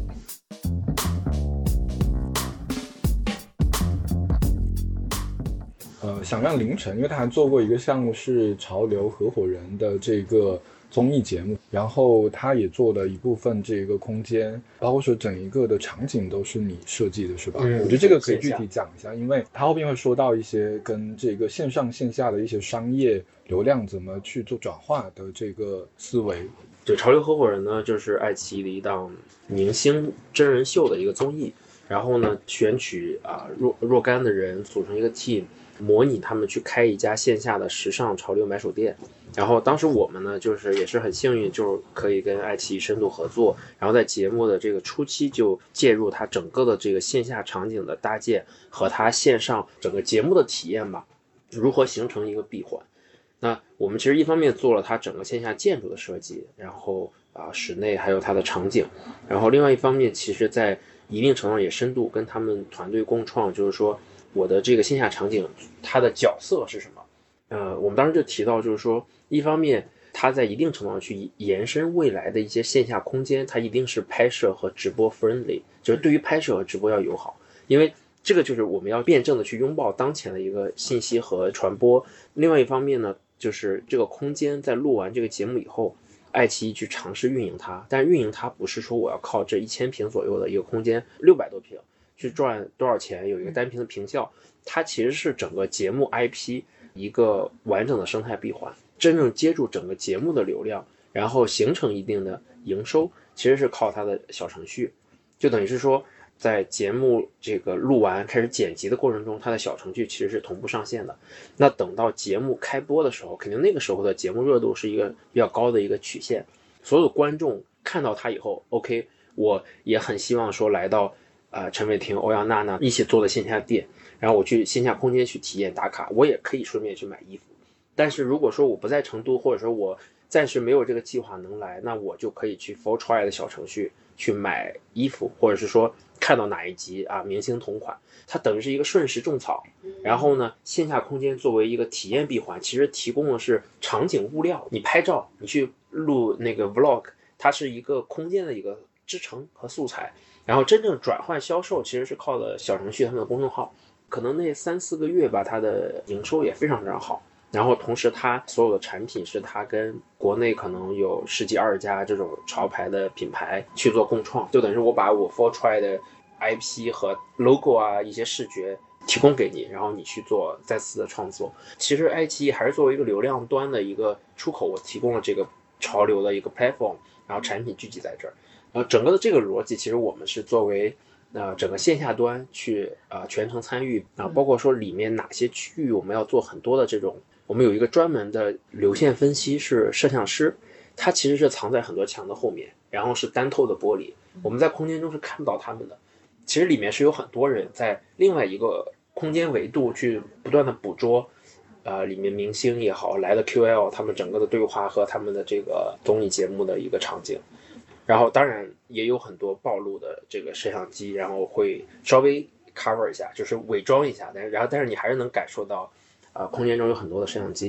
想让凌晨，因为他还做过一个项目是潮流合伙人的这个综艺节目，然后他也做了一部分这个空间，包括说整一个的场景都是你设计的，是吧？我觉得这个可以具体讲一下，因为他后面会说到一些跟这个线上线下的一些商业流量怎么去做转化的这个思维。 对，潮流合伙人呢，就是爱奇艺的一档明星真人秀的一个综艺，然后呢，选取若干的人组成一个 team， 模拟他们去开一家线下的时尚潮流买手店。然后当时我们呢，就是也是很幸运，就是可以跟爱奇艺深度合作，然后在节目的这个初期就介入它整个的这个线下场景的搭建和它线上整个节目的体验吧，如何形成一个闭环。那我们其实一方面做了它整个线下建筑的设计，然后室内还有它的场景，然后另外一方面其实在一定程度上也深度跟他们团队共创，就是说我的这个线下场景它的角色是什么。我们当时就提到，就是说一方面它在一定程度上去延伸未来的一些线下空间，它一定是拍摄和直播 friendly， 就是对于拍摄和直播要友好，因为这个就是我们要辩证的去拥抱当前的一个信息和传播。另外一方面呢，就是这个空间在录完这个节目以后，爱奇艺去尝试运营它，但运营它不是说我要靠这1000平左右的一个空间，600多平去赚多少钱，有一个单屏的平效，它其实是整个节目 IP 一个完整的生态闭环，真正接住整个节目的流量，然后形成一定的营收，其实是靠它的小程序，就等于是说在节目这个录完开始剪辑的过程中，它的小程序其实是同步上线的。那等到节目开播的时候，肯定那个时候的节目热度是一个比较高的一个曲线，所有的观众看到它以后 OK， 我也很希望说来到陈伟霆、欧阳娜娜一起做的线下店，然后我去线下空间去体验打卡，我也可以顺便去买衣服。但是如果说我不在成都，或者说我暂时没有这个计划能来，那我就可以去 For Try 的小程序去买衣服，或者是说看到哪一集明星同款，它等于是一个顺势种草。然后呢，线下空间作为一个体验闭环，其实提供的是场景物料，你拍照，你去录那个 vlog， 它是一个空间的一个支撑和素材。然后真正转换销售其实是靠的小程序他们的公众号，可能那3-4个月吧，它的营收也非常非常好。然后同时它所有的产品是它跟国内可能有10几20家这种潮牌的品牌去做共创，就等于是我把我 For Try 的 IP 和 logo 一些视觉提供给你，然后你去做再次的创作。其实爱奇艺还是作为一个流量端的一个出口，我提供了这个潮流的一个 platform， 然后产品聚集在这儿。整个的这个逻辑其实我们是作为整个线下端去全程参与包括说里面哪些区域我们要做很多的这种，我们有一个专门的流线分析是摄像师，它其实是藏在很多墙的后面，然后是单透的玻璃，我们在空间中是看不到他们的。其实里面是有很多人在另外一个空间维度去不断的捕捉里面明星也好来的 QL 他们整个的对话和他们的这个综艺节目的一个场景。然后当然也有很多暴露的这个摄像机，然后会稍微 cover 一下，就是伪装一下，但是你还是能感受到空间中有很多的摄像机。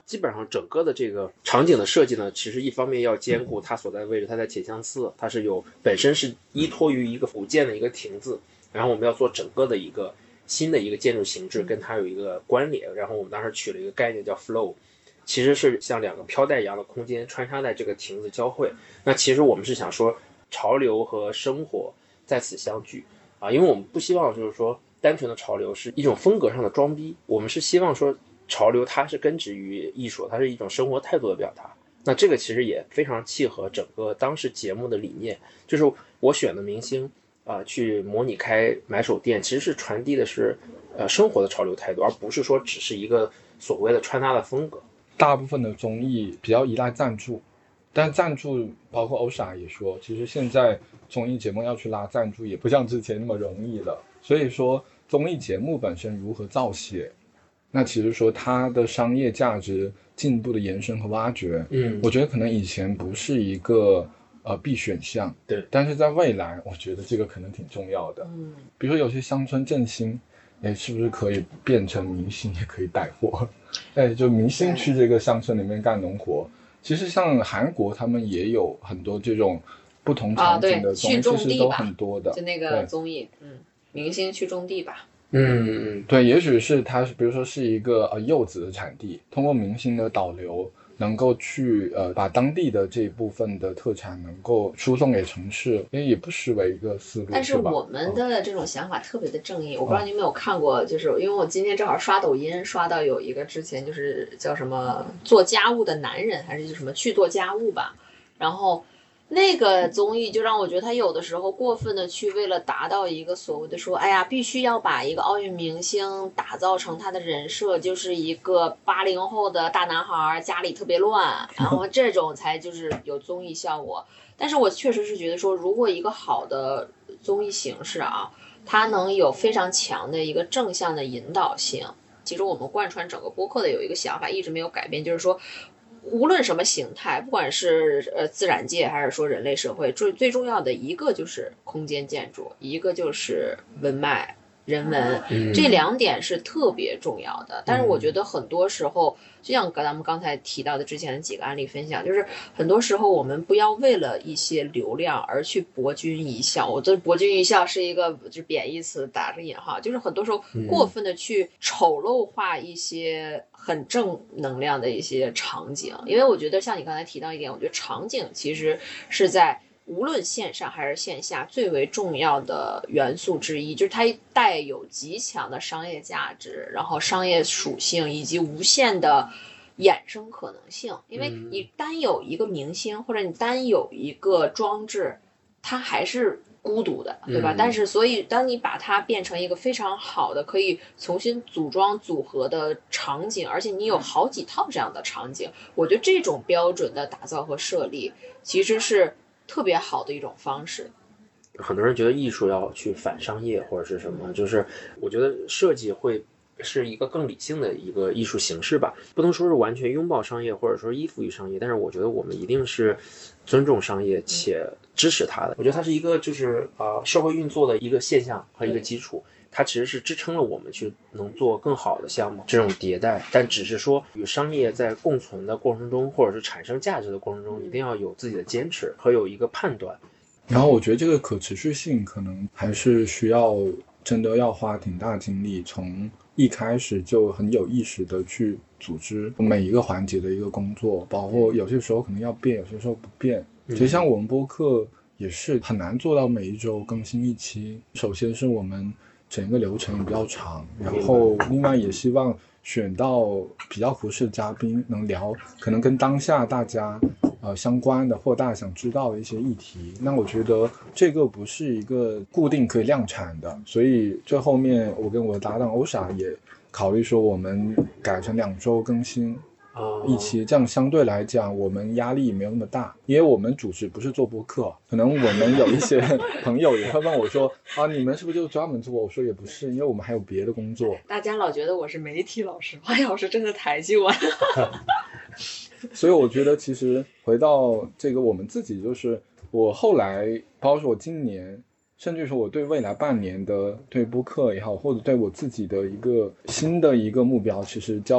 基本上整个的这个场景的设计呢，其实一方面要兼顾它所在的位置，它在铁匠寺，它是有本身是依托于一个古建的一个亭子，然后我们要做整个的一个新的一个建筑形制跟它有一个关联，然后我们当时取了一个概念叫 flow， 其实是像两个飘带一样的空间穿插在这个亭子交汇。那其实我们是想说潮流和生活在此相聚啊，因为我们不希望就是说单纯的潮流是一种风格上的装逼，我们是希望说潮流它是根植于艺术，它是一种生活态度的表达。那这个其实也非常契合整个当时节目的理念，就是我选的明星去模拟开买手店，其实是传递的是生活的潮流态度，而不是说只是一个所谓的穿搭的风格。 大部分的综艺比较依赖赞助，但赞助包括欧莎也说，其实现在综艺节目要去拉赞助也不像之前那么容易了。所以说综艺节目本身如何造血，那其实说它的商业价值进一步的延伸和挖掘，我觉得可能以前不是一个必选项， 对， 但是在未来我觉得这个可能挺重要的。比如说有些乡村振兴是不是可以变成明星也可以带货，就明星去这个乡村里面干农活。其实像韩国他们也有很多这种不同场景的综艺，其实都很多的， 就那个综艺明星去种地吧。 对，也许是它比如说是一个柚子的产地，通过明星的导流能够去把当地的这一部分的特产能够输送给城市，也不失为一个思路。 但是我们的这种想法特别的正义，我不知道你有没有看过，就是因为我今天正好刷抖音刷到有一个之前就是叫什么做家务的男人，还是就什么去做家务吧，然后那个综艺就让我觉得他有的时候过分的去为了达到一个所谓的说，哎呀，必须要把一个奥运明星打造成他的人设就是一个80后的大男孩，家里特别乱，然后这种才就是有综艺效果。但是我确实是觉得说，如果一个好的综艺形式它能有非常强的一个正向的引导性。其实我们贯穿整个播客的有一个想法一直没有改变，就是说无论什么形态，不管是自然界还是说人类社会，最重要的一个就是空间建筑，一个就是文脉人文，这两点是特别重要的。但是我觉得很多时候就像咱们刚才提到的之前的几个案例分享，就是很多时候我们不要为了一些流量而去博君一笑。我这博君一笑是一个就贬义词打着引号，就是很多时候过分的去丑陋化一些很正能量的一些场景。因为我觉得像你刚才提到一点，我觉得场景其实是在无论线上还是线下最为重要的元素之一，就是它带有极强的商业价值，然后商业属性以及无限的衍生可能性。因为你单有一个明星或者你单有一个装置，它还是孤独的，对吧？但是所以当你把它变成一个非常好的可以重新组装组合的场景，而且你有好几套这样的场景，我觉得这种标准的打造和设立其实是特别好的一种方式。 很多人觉得艺术要去反商业或者是什么，就是我觉得设计会是一个更理性的一个艺术形式吧，不能说是完全拥抱商业或者说依附于商业，但是我觉得我们一定是尊重商业且支持它的。我觉得它是一个就是社会运作的一个现象和一个基础，它其实是支撑了我们去能做更好的项目这种迭代，但只是说与商业在共存的过程中或者是产生价值的过程中一定要有自己的坚持和有一个判断。 然后我觉得这个可持续性可能还是需要真的要花挺大精力，从一开始就很有意识的去组织每一个环节的一个工作，包括有些时候可能要变，有些时候不变。其实像我们播客也是很难做到每一周更新一期，首先是我们整个流程比较长，然后另外也希望选到比较合适的嘉宾，能聊可能跟当下大家相关的或大家想知道的一些议题。那我觉得这个不是一个固定可以量产的，所以最后面我跟我的搭档欧莎也考虑说我们改成2周更新一期，这样相对来讲我们压力没有那么大。因为我们主持不是做播客，可能我们有一些朋友也会问我说你们是不是就专门做？我说也不是，因为我们还有别的工作。 大家老觉得我是媒体老师，哎呀，我是真的抬举我所以我觉得其实回到这个我们自己，就是我后来包括说我今年甚至说我对未来半年的对播客也好，或者对我自己的一个新的一个目标，其实叫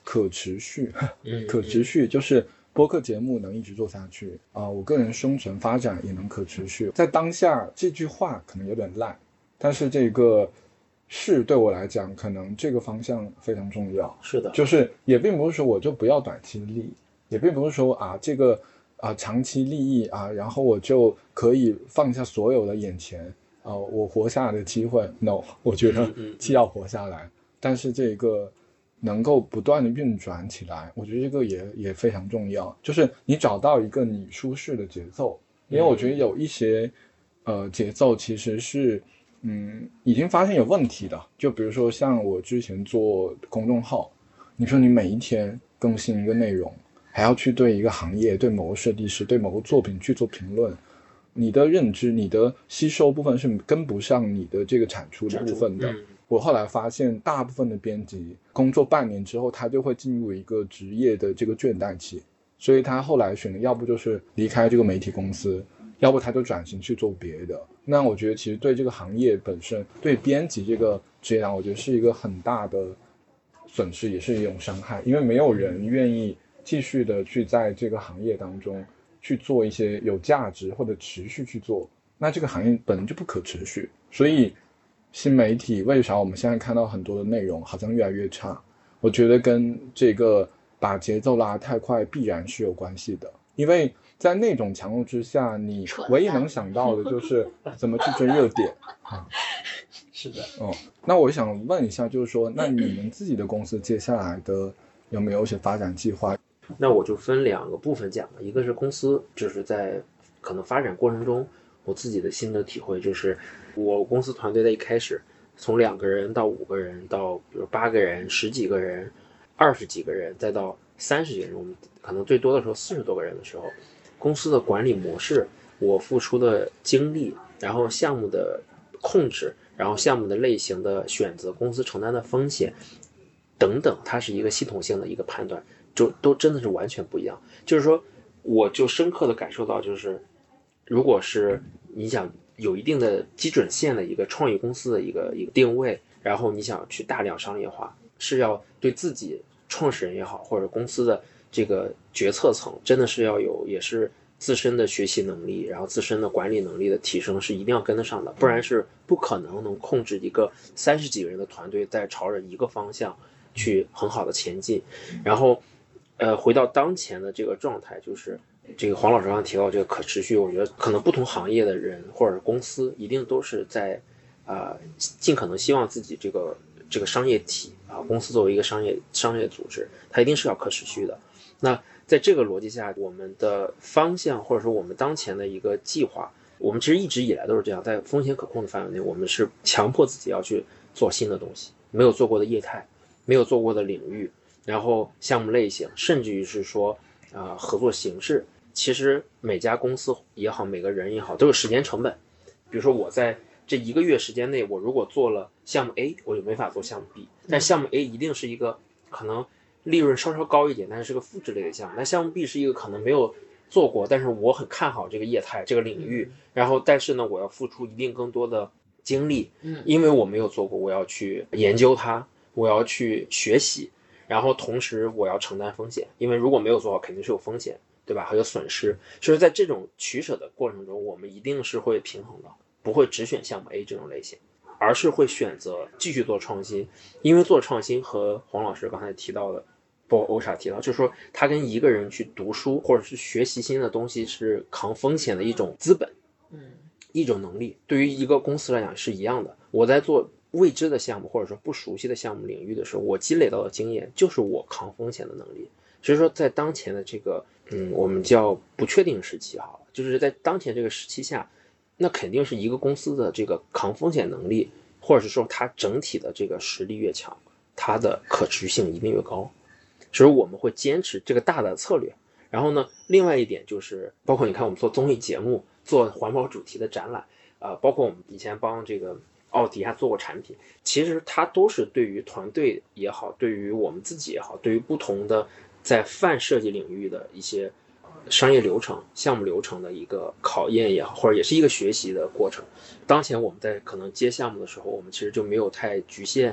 可持续，可持续就是播客节目能一直做下去我个人生存发展也能可持续。在当下这句话可能有点烂，但是这个是对我来讲可能这个方向非常重要。 是的， 就是也并不是说我就不要短期利益，也并不是说这个长期利益然后我就可以放下所有的眼前我活下来的机会。 No， 我觉得既要活下来，但是这个能够不断的运转起来，我觉得这个也非常重要。就是你找到一个你舒适的节奏，因为我觉得有一些节奏其实是已经发现有问题的。就比如说像我之前做公众号，你说你每一天更新一个内容，还要去对一个行业、对某个设计师、对某个作品去做评论，你的认知、你的吸收部分是跟不上你的这个产出的部分的。我后来发现大部分的编辑工作半年之后，他就会进入一个职业的这个倦怠期，所以他后来选的要不就是离开这个媒体公司，要不他就转型去做别的。那我觉得其实对这个行业本身，对编辑这个职业来讲，我觉得是一个很大的损失，也是一种伤害，因为没有人愿意继续的去在这个行业当中去做一些有价值或者持续去做，那这个行业本身就不可持续。所以新媒体为啥我们现在看到很多的内容好像越来越差，我觉得跟这个把节奏拉太快必然是有关系的。因为在那种强度之下，你唯一能想到的就是怎么去追热点是的。 那我想问一下，就是说那你们自己的公司接下来的有没有一些发展计划？ 那我就分2个部分讲了。一个是公司，就是在可能发展过程中我自己的心得体会，就是我公司团队在一开始从2个人到5个人到比如8个人、10几个人、20几个人，再到30几个人，我们可能最多的时候40多个人的时候，公司的管理模式，我付出的精力，然后项目的控制，然后项目的类型的选择，公司承担的风险等等，它是一个系统性的一个判断，就都真的是完全不一样。就是说我就深刻的感受到，就是如果是你想有一定的基准线的一个创业公司的一个定位，然后你想去大量商业化，是要对自己创始人也好，或者公司的这个决策层真的是要有也是自身的学习能力，然后自身的管理能力的提升是一定要跟得上的，不然是不可能控制一个30几个人的团队在朝着一个方向去很好的前进。然后回到当前的这个状态，就是这个黄老师刚刚提到这个可持续，我觉得可能不同行业的人或者公司一定都是在尽可能希望自己这个商业体公司作为一个商业组织，它一定是要可持续的。那在这个逻辑下，我们的方向或者说我们当前的一个计划，我们其实一直以来都是这样，在风险可控的范围内，我们是强迫自己要去做新的东西，没有做过的业态，没有做过的领域，然后项目类型，甚至于是说合作形式，其实每家公司也好，每个人也好，都有时间成本。比如说我在这1个月时间内，我如果做了项目 A， 我就没法做项目 B， 但项目 A 一定是一个可能利润稍稍高一点，但是是个复制类的项目。那项目 B 是一个可能没有做过，但是我很看好这个业态这个领域，然后但是呢我要付出一定更多的精力，因为我没有做过，我要去研究它，我要去学习，然后同时我要承担风险，因为如果没有做好肯定是有风险，对吧？还有损失。所以在这种取舍的过程中，我们一定是会平衡的，不会只选项目 A 这种类型，而是会选择继续做创新。因为做创新和黄老师刚才提到的，包括欧莎提到，就是说他跟一个人去读书或者是学习新的东西是扛风险的一种资本，一种能力。对于一个公司来讲是一样的。我在做未知的项目或者说不熟悉的项目领域的时候，我积累到的经验就是我扛风险的能力。所以说在当前的这个我们叫不确定时期好了，就是在当前这个时期下，那肯定是一个公司的这个扛风险能力，或者是说它整体的这个实力越强，它的可持续性一定越高。所以我们会坚持这个大的策略。然后呢，另外一点就是包括你看我们做综艺节目，做环保主题的展览，包括我们以前帮这个奥迪还做过产品，其实它都是对于团队也好，对于我们自己也好，对于不同的在泛设计领域的一些商业流程、项目流程的一个考验也好，或者也是一个学习的过程。当前我们在可能接项目的时候，我们其实就没有太局限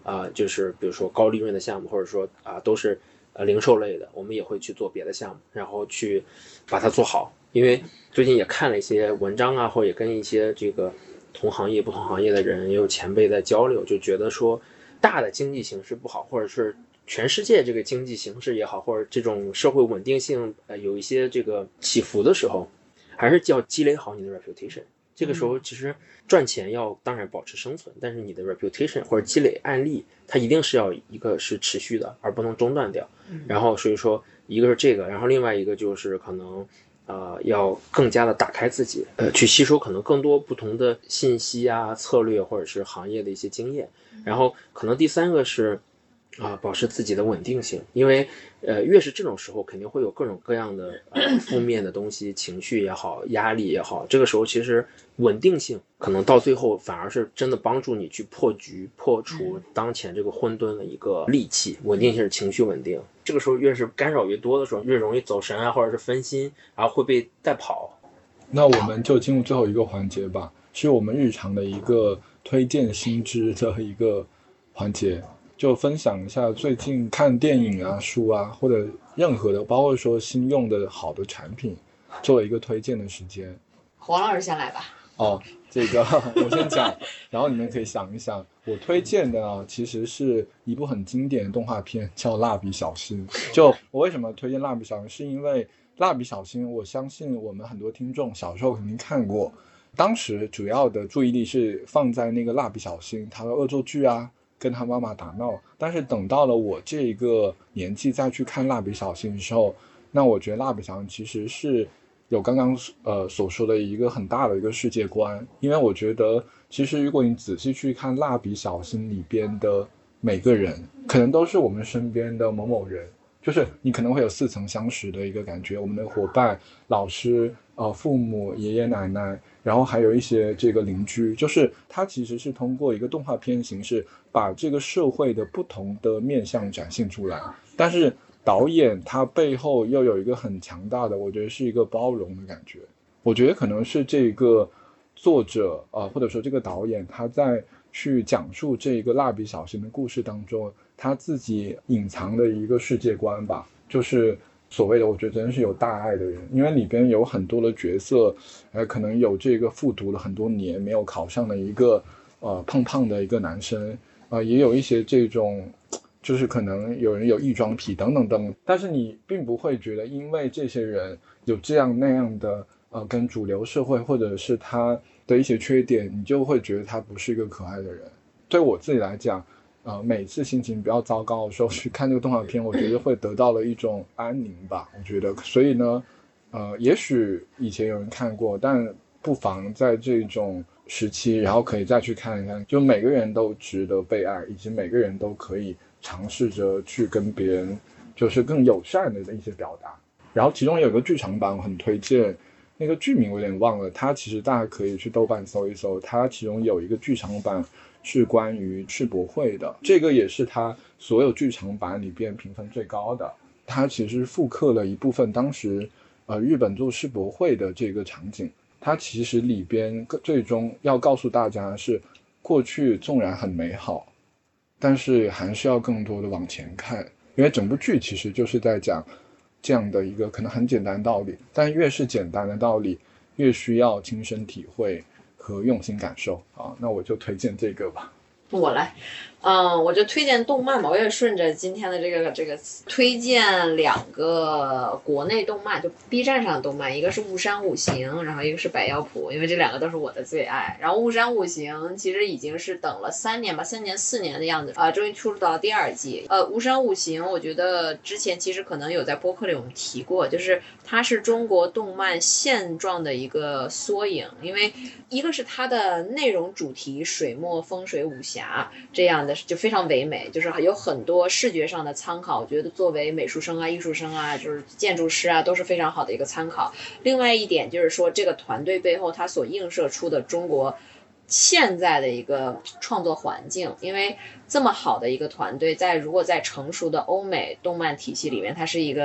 就是比如说高利润的项目，或者说都是零售类的，我们也会去做别的项目，然后去把它做好。因为最近也看了一些文章啊，或者也跟一些这个不同行业的人也有前辈在交流，就觉得说大的经济形势不好，或者是全世界这个经济形势也好，或者这种社会稳定性有一些这个起伏的时候，还是要积累好你的 reputation。这个时候其实赚钱要当然保持生存，但是你的 reputation 或者积累案例，它一定是要一个是持续的，而不能中断掉。然后所以说一个是这个，然后另外一个就是可能要更加的打开自己，去吸收可能更多不同的信息啊、策略或者是行业的一些经验。然后可能第三个是保持自己的稳定性，因为越是这种时候肯定会有各种各样的负面的东西，情绪也好，压力也好，这个时候其实稳定性可能到最后反而是真的帮助你去破局，破除当前这个混沌的一个利器。稳定性是情绪稳定，这个时候越是干扰越多的时候，越容易走神啊，或者是分心，然后会被带跑。 那我们就进入最后一个环节吧，是我们日常的一个推荐新知的一个环节，就分享一下最近看电影啊、书啊，或者任何的，包括说新用的好的产品，做了一个推荐的时间。 黄老师先来吧。 这个我先讲，然后你们可以想一想。我推荐的其实是一部很经典的动画片，叫《蜡笔小新》。就我为什么推荐《蜡笔小新》，是因为《蜡笔小新》，我相信我们很多听众小时候肯定看过，当时主要的注意力是放在那个蜡笔小新他的恶作剧啊，跟他妈妈打闹。但是等到了我这个年纪再去看蜡笔小新的时候，那我觉得蜡笔小新其实是有刚刚所说的一个很大的一个世界观。因为我觉得其实如果你仔细去看蜡笔小新里边的每个人，可能都是我们身边的某某人，就是你可能会有似曾相识的一个感觉，我们的伙伴、老师、父母、爷爷奶奶，然后还有一些这个邻居，就是它其实是通过一个动画片形式把这个社会的不同的面向展现出来。但是导演他背后又有一个很强大的，我觉得是一个包容的感觉。我觉得可能是这个作者或者说这个导演他在去讲述这个蜡笔小新的故事当中，他自己隐藏的一个世界观吧，就是所谓的我觉得真是有大爱的人。因为里边有很多的角色，可能有这个复读了很多年没有考上的一个胖胖的一个男生，也有一些这种就是可能有人有异装癖等等等，但是你并不会觉得因为这些人有这样那样的跟主流社会或者是他的一些缺点，你就会觉得他不是一个可爱的人。对我自己来讲，每次心情比较糟糕的时候去看这个动画片，我觉得会得到了一种安宁吧，我觉得。所以呢也许以前有人看过，但不妨在这种时期然后可以再去看一看，就每个人都值得被爱，以及每个人都可以尝试着去跟别人就是更友善的一些表达。然后其中有一个剧场版我很推荐，那个剧名我有点忘了，它其实大家可以去豆瓣搜一搜，它其中有一个剧场版是关于世博会的，这个也是它所有剧场版里边评分最高的。它其实复刻了一部分当时日本做世博会的这个场景。它其实里边最终要告诉大家是，过去纵然很美好，但是还是要更多的往前看。因为整部剧其实就是在讲这样的一个可能很简单的道理，但越是简单的道理越需要亲身体会和用心感受那我就推荐这个吧。 我来，我就推荐动漫吧，我也顺着今天的这个推荐两个国内动漫，就 B 站上的动漫，一个是雾山五行，然后一个是百妖谱，因为这两个都是我的最爱。然后雾山五行其实已经是等了3年吧，3年4年的样子终于出到第2季。雾山五行我觉得之前其实可能有在播客里我们提过，就是它是中国动漫现状的一个缩影，因为一个是它的内容主题水墨风水武侠这样的就非常唯美，就是有很多视觉上的参考，我觉得作为美术生啊、艺术生啊、就是建筑师啊都是非常好的一个参考。另外一点就是说这个团队背后它所映射出的中国现在的一个创作环境，因为这么好的一个团队如果在成熟的欧美动漫体系里面，它是一个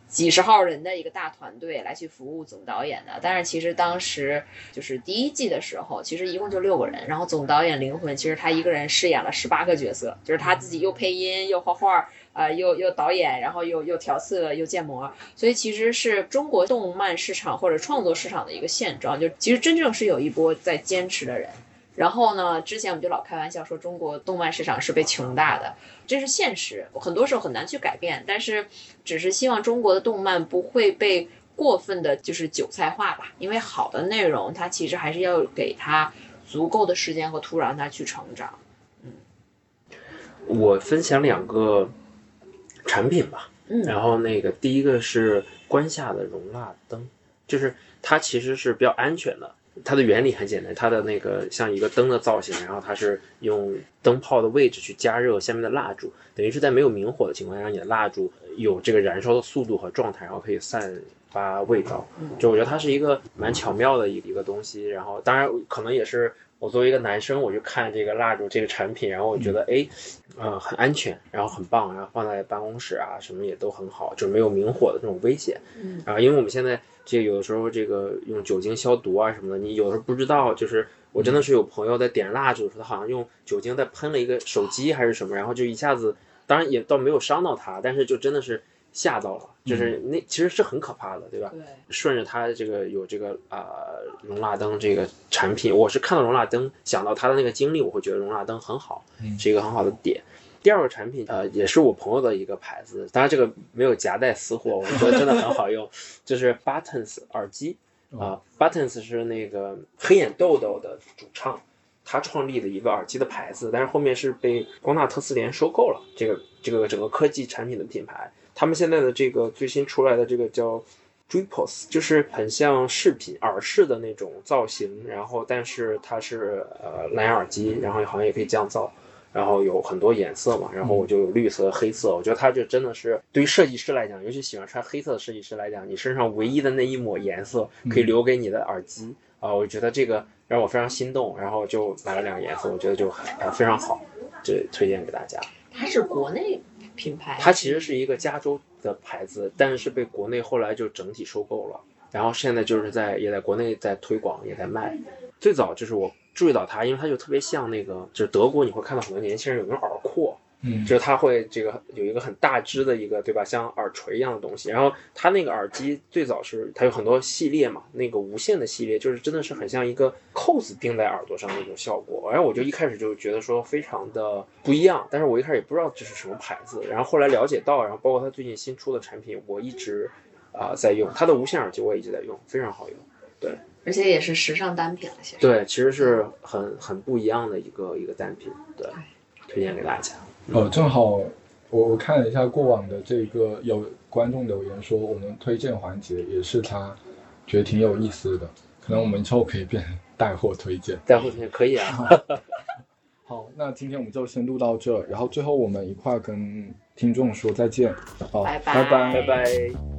几十号人的一个大团队来去服务总导演的。但是其实当时就是第一季的时候，其实一共就6个人，然后总导演灵魂其实他一个人饰演了18个角色，就是他自己又配音又画画又导演，然后又调色又建模，所以其实是中国动漫市场或者创作市场的一个现状，就其实真正是有一波在坚持的人。然后呢，之前我们就老开玩笑说中国动漫市场是被穷大的，这是现实，很多时候很难去改变，但是只是希望中国的动漫不会被过分的就是韭菜化吧，因为好的内容它其实还是要给它足够的时间和土壤让它去成长。 我分享2个产品吧，然后那个第一个是关夏的容蜡灯，就是它其实是比较安全的。它的原理很简单，它的那个像一个灯的造型，然后它是用灯泡的位置去加热下面的蜡烛，等于是在没有明火的情况下，让你的蜡烛有这个燃烧的速度和状态，然后可以散发味道。就我觉得它是一个蛮巧妙的一个东西。然后当然可能也是我作为一个男生，我去看这个蜡烛这个产品，然后我觉得很安全，然后很棒，然后放在办公室啊什么也都很好，就没有明火的这种危险。然后因为我们现在这个有的时候这个用酒精消毒啊什么的，你有的时候不知道，就是我真的是有朋友在点蜡烛的时候，他好像用酒精在喷了一个手机还是什么，然后就一下子，当然也倒没有伤到他，但是就真的是吓到了，就是那其实是很可怕的，对吧？对，顺着他这个有这个容蜡灯这个产品，我是看到容蜡灯想到他的那个经历，我会觉得容蜡灯很好，是一个很好的点。第2个产品也是我朋友的一个牌子，当然这个没有夹带私货，我觉得真的很好用，就是 Buttons 耳机Buttons 是那个黑眼豆豆的主唱，他创立的一个耳机的牌子，但是后面是被光大特斯联收购了，这个整个科技产品的品牌。他们现在的这个最新出来的这个叫 Dripos， 就是很像饰品耳饰的那种造型，然后但是它是蓝牙耳机，然后好像也可以降噪，然后有很多颜色嘛，然后我就有绿色黑色，我觉得它就真的是对于设计师来讲，尤其喜欢穿黑色的设计师来讲，你身上唯一的那一抹颜色可以留给你的耳机我觉得这个让我非常心动，然后就买了2个颜色，我觉得就非常好，这推荐给大家。 它是国内品牌， 它其实是一个加州的牌子，但是被国内后来就整体收购了，然后现在就是也在国内在推广，也在卖。最早就是我注意到它，因为它就特别像那个，就是德国你会看到很多年轻人有那种耳廓，就是它会这个有一个很大只的一个，对吧，像耳垂一样的东西。然后它那个耳机最早是它有很多系列嘛，那个无线的系列就是真的是很像一个扣子钉在耳朵上的那种效果。然后我就一开始就觉得说非常的不一样，但是我一开始也不知道这是什么牌子，然后后来了解到，然后包括它最近新出的产品，我一直在用它的无线耳机，我也一直在用，非常好用。对， 而且也是时尚单品了，其实。 对，其实是很不一样的一个单品，对，推荐给大家。 正好我看了一下过往的这个有观众留言说，我们推荐环节也是他觉得挺有意思的，可能我们之后可以变成带货推荐。 带货推荐可以啊。 好，那今天我们就先录到这，然后最后我们一块跟听众说再见。好， 拜拜。 拜拜。